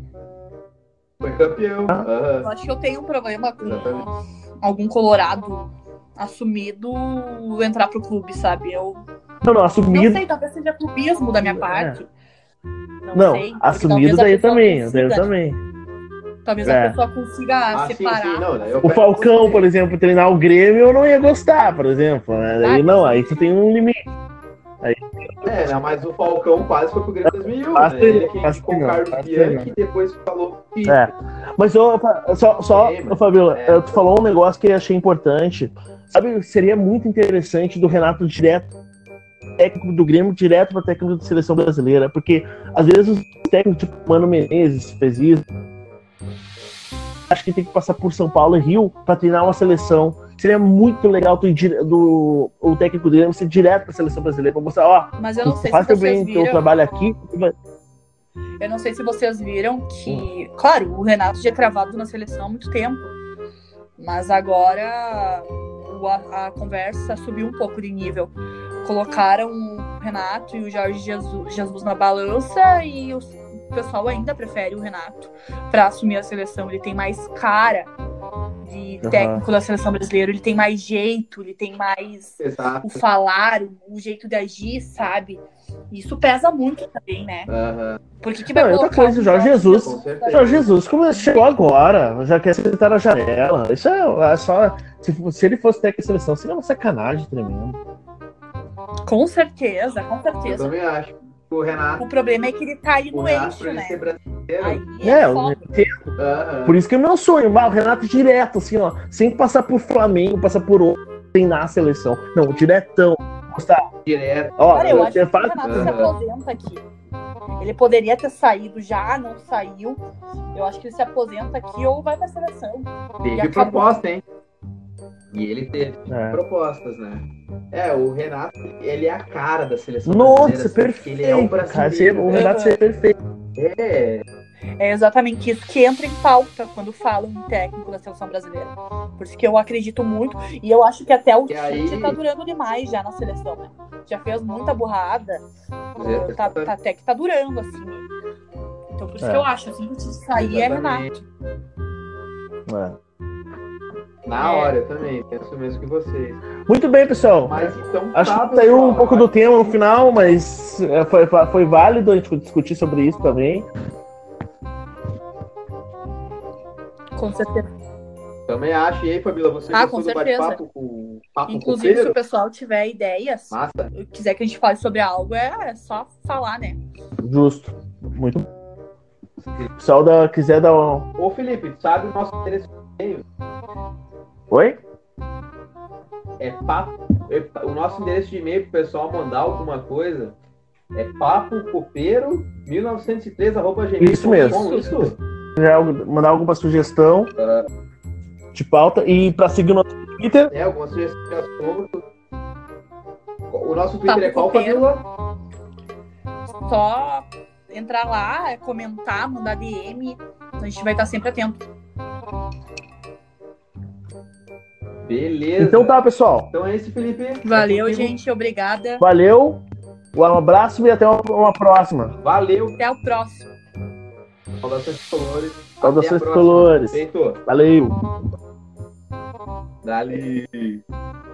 Foi campeão. Aham. Eu acho que eu tenho um problema com Exatamente. algum colorado assumido entrar pro clube, sabe? Eu Não, não, não assumido. sei, talvez seja clubismo da minha É. parte. Não, Não, sei. porque assumido talvez a daí pessoa também, consiga- daí também. Talvez É. a pessoa consiga Ah, sim, separar. sim, não, né? Eu O pego Falcão, você. por exemplo, treinar o Grêmio, eu não ia gostar, por exemplo. Né? Daí, Ah, não, sim. aí você tem um limite. É, né, mas o Falcão quase foi pro Grêmio em dois mil e um, Quase né? foi, Ele que quase indicou foi o não, Carlos quase foi Bianchi não. e depois falou que... É. Mas ô, Fa- só, só Sim, ô, mas- Fabiola, é. tu falou um negócio que eu achei importante. Sabe, seria muito interessante do Renato direto, técnico do Grêmio, direto para técnico da seleção brasileira. Porque às vezes os técnicos, tipo Mano Menezes, fez isso. Acho que tem que passar por São Paulo e Rio para treinar uma seleção. Seria muito legal tu ir dire- do, o técnico do Grêmio ser direto para a seleção brasileira, para mostrar, ó, Mas eu não sei faz se também vocês o teu viram. trabalho aqui. tu vai- Eu não sei se vocês viram que, Hum. claro, o Renato já é cravado na seleção há muito tempo, mas agora o- a, a conversa subiu um pouco de nível. Colocaram o Renato e o Jorge Jesus, Jesus na balança e os- o pessoal ainda prefere o Renato para assumir a seleção. Ele tem mais cara de Aham. técnico da seleção brasileira, ele tem mais jeito, ele tem mais Exato. o falar, o, o jeito de agir, sabe? Isso pesa muito também, né? Aham. Porque que vai Não, outra colocar coisa, um o Jorge Jesus. Com certeza. Jorge Jesus, como chegou agora, já quer sentar na janela. Isso é, é só. Se, se ele fosse técnico da seleção, seria uma sacanagem tremenda. Com certeza, com Eu certeza. também acho. O Renato, O problema é que ele tá ali o no Renato eixo, por ele né? ser brasileiro. Aí É, é, eu foda. entendo. Aham. Por isso que é meu sonho, o Renato direto, assim, ó, sem passar por Flamengo, passar por outro, treinar a seleção. Não, diretão. Mostrar, Direto. ó, Cara, eu acho que você o faz. Renato se Aham. aposenta aqui. Ele poderia ter saído já, não saiu. Eu acho que ele se aposenta aqui ou vai pra seleção. E Teve acabou. proposta, hein? E ele teve É. propostas, né? É, o Renato, ele é a cara da seleção Nossa, brasileira, assim, porque perfeito. ele é um cara, brasileiro. o né? Renato seria perfeito. É, É exatamente isso que entra em pauta quando falam em técnico da seleção brasileira. Por isso que eu acredito muito. E eu acho que até o E aí- Tite tá durando demais já na seleção, né? Já fez muita burrada. É, Tá, tá- até que tá durando, assim. Então por isso É. que eu acho, assim, que o Tite sair é exatamente. Renato. É. Na É. hora, eu também, penso mesmo que vocês. Muito bem, pessoal. Mas então Acho tá, que saiu um pessoal, pouco acho do tema no final, mas é, foi, foi válido a gente discutir sobre isso também. Com certeza. Também acho. E aí, Fabíola, você Ah, gostou com do certeza. bate-papo com o Papo Inclusive, se Copeiro? o pessoal tiver ideias, Massa. quiser que a gente fale sobre algo, é só falar, né? Justo. Muito bom. Se o pessoal da, quiser dar um... Ô, Felipe, sabe o nosso endereço de e-mail? Oi? É papo... é- o nosso endereço de e-mail pro pessoal mandar alguma coisa é papocopeiro mil novecentos e três arroba gmail Isso mesmo. Isso? Já algo- mandar alguma sugestão Ah, de pauta e pra seguir o nosso Twitter. é, alguma sugestão de assunto. O nosso Papo Twitter é qual, Copeiro. Fabíola? Só entrar lá, comentar, mandar D M. A gente vai estar sempre atento. Beleza. Então tá, pessoal. Então é esse, Felipe. Valeu, É contigo. gente. Obrigada. Valeu. Um abraço e até uma, uma próxima. Valeu. Até o próximo. Saudações colores. Saudações Até a próxima. tricolores. Feito. Valeu. Dali.